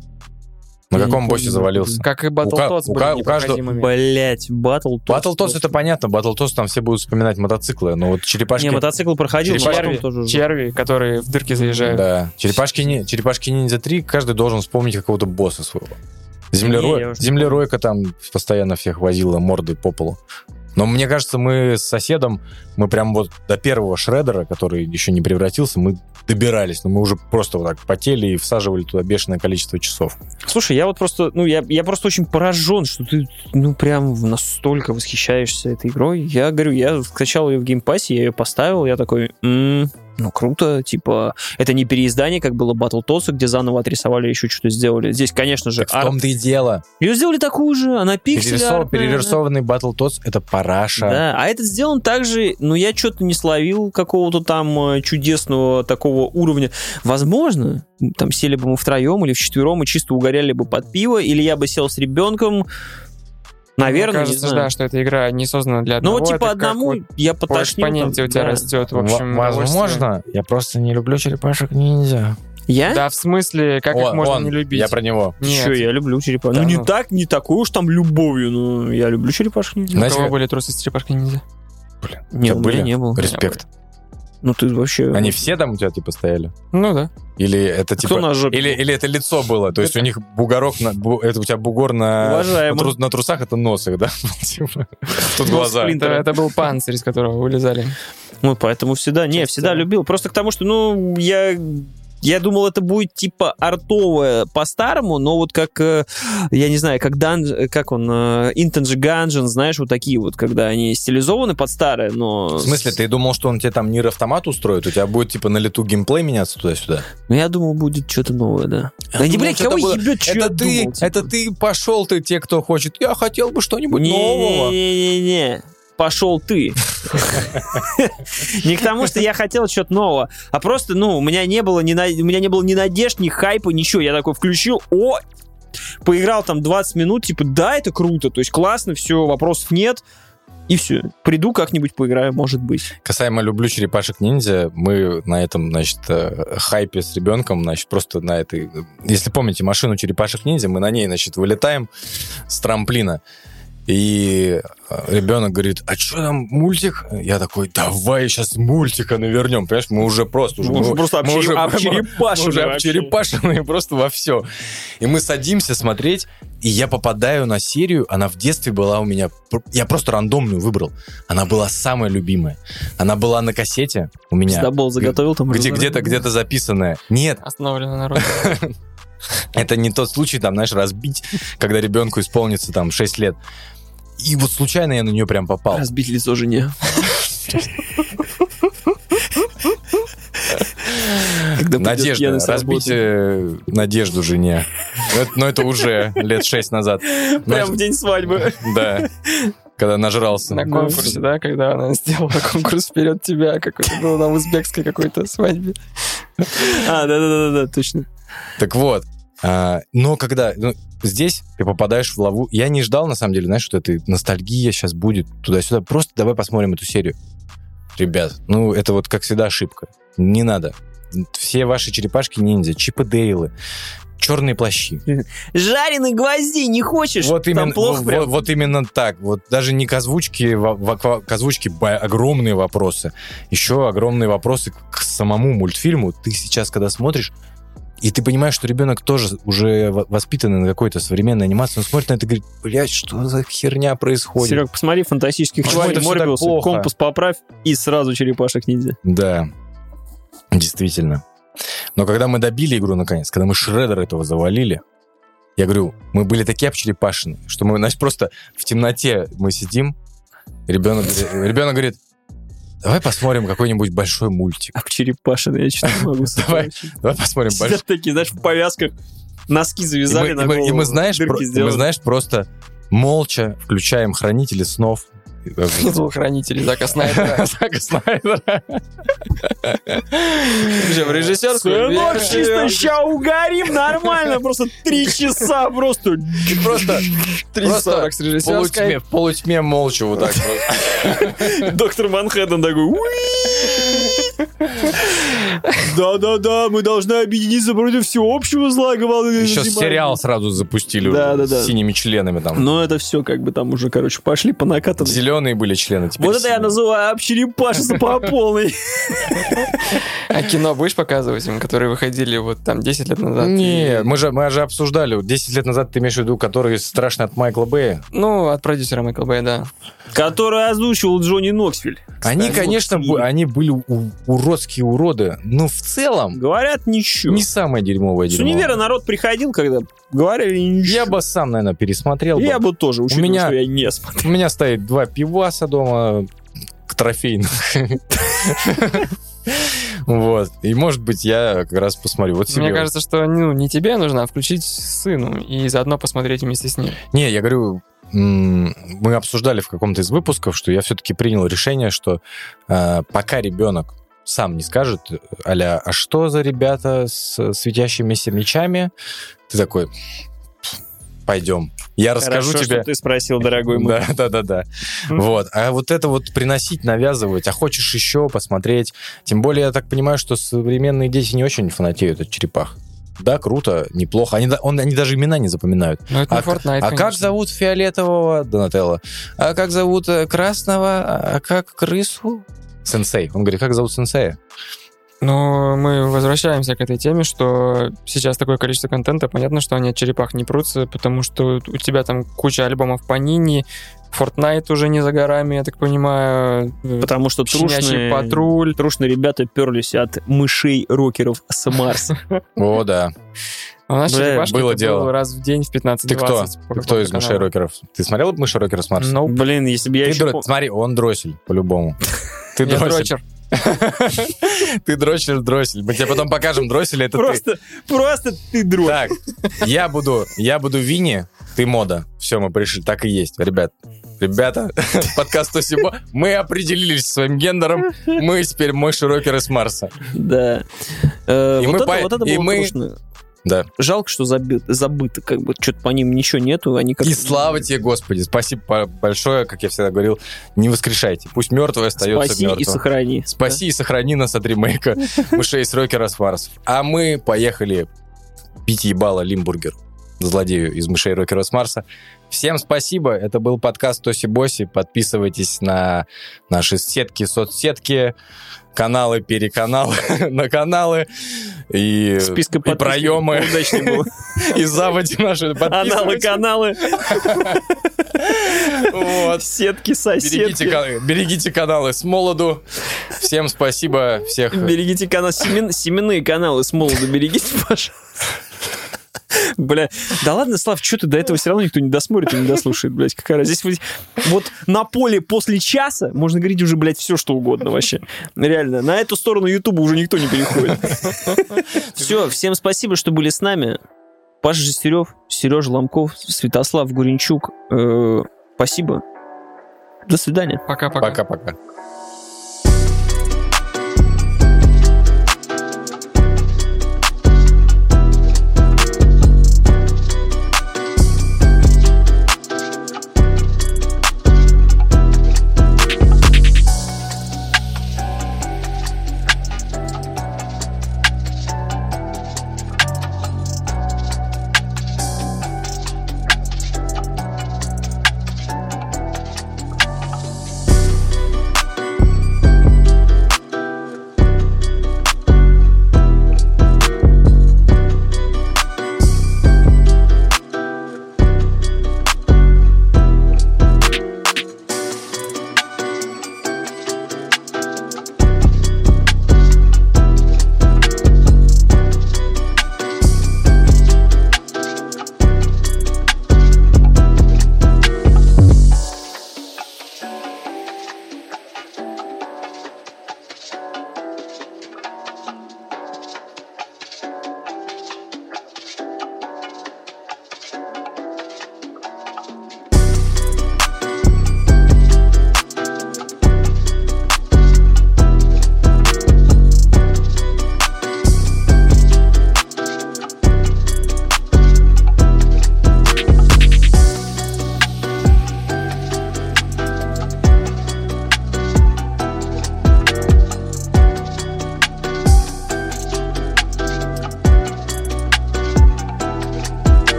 На Я не каком боссе помню. завалился? Как и ка- Battletoads у были ка- у каждого- непроходимыми. Блять, батл. Battletoads это понятно, Battletoads там все будут вспоминать мотоциклы, но вот черепашки... Не, мотоцикл проходил, Черепашки- потом тоже. Черви, которые в дырки заезжают. Да. Черепашки, ни- черепашки ниндзя три, каждый должен вспомнить какого-то босса своего. Не, Землерой... я уже не Землеройка там постоянно всех возила мордой по полу. Но мне кажется, мы с соседом, мы прям вот до первого шредера, который еще не превратился, мы добирались. Но мы уже просто вот так потели и всаживали туда бешеное количество часов. Слушай, я вот просто, ну, я, я просто очень поражен, что ты, ну, прям настолько восхищаешься этой игрой. Я говорю, я скачал ее в геймпассе, я ее поставил, я такой, м-м, ну, круто, типа, это не переиздание, как было Battletoads, где заново отрисовали, еще что-то сделали. Здесь, конечно же, Так в том-то и дело. ее сделали такую же, она пиксель Перерисов- Перерисованный Battletoads — это параша. Да, а этот сделан так же, ну, я что-то не словил какого-то там э, чудесного такого уровня. Возможно, там сели бы мы втроем или вчетвером и чисто угоряли бы под пиво, или я бы сел с ребенком. Наверное, Мне кажется, не знаю. да, что эта игра не создана для Ну, одного. вот, типа, это как одному вот я по потошнил. экспоненте там, у тебя да. растет, в общем, Во- удовольствие. Возможно, я просто не люблю черепашек ниндзя. Я? Да, в смысле, как их Он- можно он, не любить? Я про него. Нет. Чё, я люблю черепашек. Да ну, не ну. так, не такой уж там любовью, но я люблю черепашек ниндзя. У Знаете, кого как- были трусы с черепашкой ниндзя? Не, тебя у были? меня не было. Респект. Ну, ты вообще... Они все там у тебя типа стояли? Ну да. Или это Кто типа... на жопе? Или, или это лицо было? То есть у них бугорок, на, бу- это у тебя бугор на, на, Уважаемо. трус- на трусах, это нос их, да? Типа, Тут глаза. Сплин- Это, это был панцирь, из которого вылезали. Ну, поэтому всегда, не, Чисто. всегда любил. Просто к тому, что, ну, я Я думал, это будет типа артовое по-старому, но вот как, э, я не знаю, как, дан, как он, э, Intenji Gungeon, знаешь, вот такие вот, когда они стилизованы под старое, но... В смысле, ты думал, что он тебе там Нир Автомат устроит? У тебя будет типа на лету геймплей меняться туда-сюда? Ну, я думал, будет что-то новое, да. Я да не, думал, блядь, что кого это было- ебет, что я Это ты, думал, типа? это ты пошел, ты те, кто хочет. Я хотел бы что-нибудь нового. Не-не-не-не. Пошел ты. Не к тому, что я хотел что-то нового, а просто, ну, у меня не было ни на- у меня не было ни надежд, ни хайпа, ничего. Я такой включил, о, поиграл там двадцать минут, типа, да, это круто, то есть классно, все, вопросов нет, и все. Приду как-нибудь поиграю, может быть. Касаемо «Люблю черепашек-ниндзя», мы на этом, значит, э, хайпе с ребенком, значит, просто на этой... Если помните машину черепашек-ниндзя, мы на ней, значит, вылетаем с трамплина. И ребенок говорит, а что там, мультик? Я такой, давай сейчас мультика навернем. Понимаешь, мы уже просто... Уже, Мы уже просто мы уже- обчерепашены мы уже вообще. обчерепашены просто во все. И мы садимся смотреть, и я попадаю на серию, она в детстве была у меня... Я просто рандомную выбрал. Она была самая любимая. Она была на кассете у меня. Пиздобол заготовил там. Где, где-то, где-то записанная. Нет, Остановлено народ. это не тот случай, там, знаешь, разбить, когда ребенку исполнится там шесть лет. И вот случайно я на нее прям попал. Разбить лицо жене. Когда придет Надежда, пьяный с разбить работы. э, надежду жене. Это- Но это уже лет шесть назад. Прям в день свадьбы. Да, когда нажрался. На конкурсе, да, когда она сделала конкурс вперед тебя, как это было на узбекской какой-то свадьбе. А, да-да-да, точно. Так вот, а, но когда ну, здесь ты попадаешь в лову, я не ждал, на самом деле, знаешь, что это ностальгия сейчас будет туда-сюда. Просто давай посмотрим эту серию. Ребят, ну это вот, как всегда, ошибка. Не надо. Все ваши черепашки-ниндзя, Чип и Дейлы, черные плащи. Жареных гвоздей не хочешь? Вот Там именно, плохо вот, прям. вот именно так. Вот даже не к озвучке, в- в- к озвучке ба- огромные вопросы. Еще огромные вопросы к самому мультфильму. Ты сейчас, когда смотришь, и ты понимаешь, что ребенок тоже уже в- воспитанный на какой-то современной анимации, он смотрит на это и говорит, блядь, что за херня происходит? Серег, посмотри «Фантастических Почему тварей», это всё так Морбиуса, плохо? компас поправь и сразу черепашек-ниндзя. Да, действительно. Но когда мы добили игру наконец, когда мы Шреддера этого завалили, я говорю, мы были такие обчерепашены, что мы, значит, просто в темноте мы сидим, ребенок, говорит- ребенок говорит, давай посмотрим какой-нибудь большой мультик. Обчерепашены, я что-то не могу Давай, давай посмотрим большой. Сидят такие, знаешь, в повязках, носки И завязали мы, на и мы- голову, и мы, знаешь, дырки про- мы, сделали. знаешь, просто молча включаем «Хранители снов». Телохранители Зака Снайдера. Зака Снайдера. Причем режиссерскую Сынок, версию. чисто ща угорим, нормально, просто три часа просто. Просто три сорок с в режиссерской. полутьме, в полутьме молча вот так просто. Доктор Манхэттен такой. «Уи!» Да-да-да, мы должны объединиться против всеобщего зла. Еще сериал сразу запустили уже Да-да-да. с синими членами там. Но это все как бы там уже, короче, пошли по накатанной. Зеленые были члены. теперь Вот это я синие. называю обчерепашиться по полной. А кино будешь показывать им, которые выходили вот там десять лет назад? Не, И- мы же, мы же обсуждали, вот десять лет назад ты имеешь в виду, который страшный от Майкла Бэя. Ну, от продюсера Майкла Бэя, да. Который озвучивал Джонни Ноксвиль. Они, Кстати, конечно, вот бу- и- они были у- уродские уроды, но в целом Говорят, ничего. не самое дерьмовое С дерьмо. универа народ приходил, когда говорили ничего. Я бы сам, наверное, пересмотрел. Я бы. бы тоже, учитывая, меня- что я не смотрел. У меня стоит два пиваса дома, к трофейных. Вот. И, может быть, я как раз посмотрю. Вот себе. Мне кажется, что ну, не тебе нужно, а включить сыну и заодно посмотреть вместе с ним. Не, я говорю, м, мы обсуждали в каком-то из выпусков, что я все-таки принял решение, что э, пока ребенок сам не скажет, а-ля, а что за ребята с светящимися мечами, ты такой, пойдем. Я расскажу Хорошо, тебе. что ты спросил, дорогой мой. Да, да, да, да. Вот. А вот это вот приносить, навязывать, а хочешь еще посмотреть. Тем более, я так понимаю, что современные дети не очень фанатеют от черепах. Да, круто, неплохо. Они, да- он, они даже имена не запоминают. Ну, это не А, Fortnite, а как конечно. зовут фиолетового Донателло? А как зовут э, красного? А как крысу? Сенсей. Он говорит, как зовут сенсея? Но мы возвращаемся к этой теме, что сейчас такое количество контента, понятно, что они от черепах не прутся, потому что у тебя там куча альбомов по Нине, Fortnite уже не за горами, я так понимаю. Потому что Щенячий трушные, патруль. трушные ребята перлись от мышей-рокеров с Марса. О, да. А у нас Бля, черепашки было это дело. было раз в день в пятнадцать Ты кто? двадцать. Ты кто из мышей-рокеров? Ты смотрел мышей-рокера с Марса? Ну, Блин, если бы я Ты еще... дро- пом- Смотри, он дроссель, по-любому. Ты я дроссель. дрочер. Ты дрочишь, дроссель. Мы тебе потом покажем дроссель, это ты. Просто, просто ты дрочь. Так, я буду, я буду Винни, ты мода. Все, мы пришли, так и есть, ребят. Ребята, подкаст Тосибо, мы определились со своим гендером, мы теперь мыши-рокеры с Марса. Да. Э, И вот мы это, по- вот это и было мы- трушно. Да. Жалко, что забыто, забыто, как бы, что-то по ним ничего нету, они как И слава тебе, Господи, спасибо по- большое, как я всегда говорил, не воскрешайте, пусть мертвое остается спаси и мертвым. сохрани. Спаси и сохрани нас от ремейка мышей с рокера с Марсов. А мы поехали пить ебало Лимбургер, злодею из мышей рокера с Марса. Всем спасибо, это был подкаст Тоси-Боси. Подписывайтесь на наши сетки, соцсетки, каналы, переканалы, на каналы и, Списка и подписчиков проемы, удачный был. и заводи наши. Аналы, Подписывайтесь. каналы, Вот. сетки, Берегите, соседки. ка- берегите каналы с молоду. Всем спасибо. Всех. Берегите канал, семен- семенные каналы с молоду берегите, пожалуйста. Бля, да ладно, Слав, что ты до этого все равно никто не досмотрит и не дослушает, блядь, какая разница. Здесь вот, вот на поле после часа можно говорить уже, блядь, все, что угодно вообще. Реально, на эту сторону Ютуба уже никто не переходит. Все, всем спасибо, что были с нами. Паша Жестерев, Сережа Ломков, Святослав Гуренчук. Э, Спасибо. До свидания. Пока-пока. Пока-пока.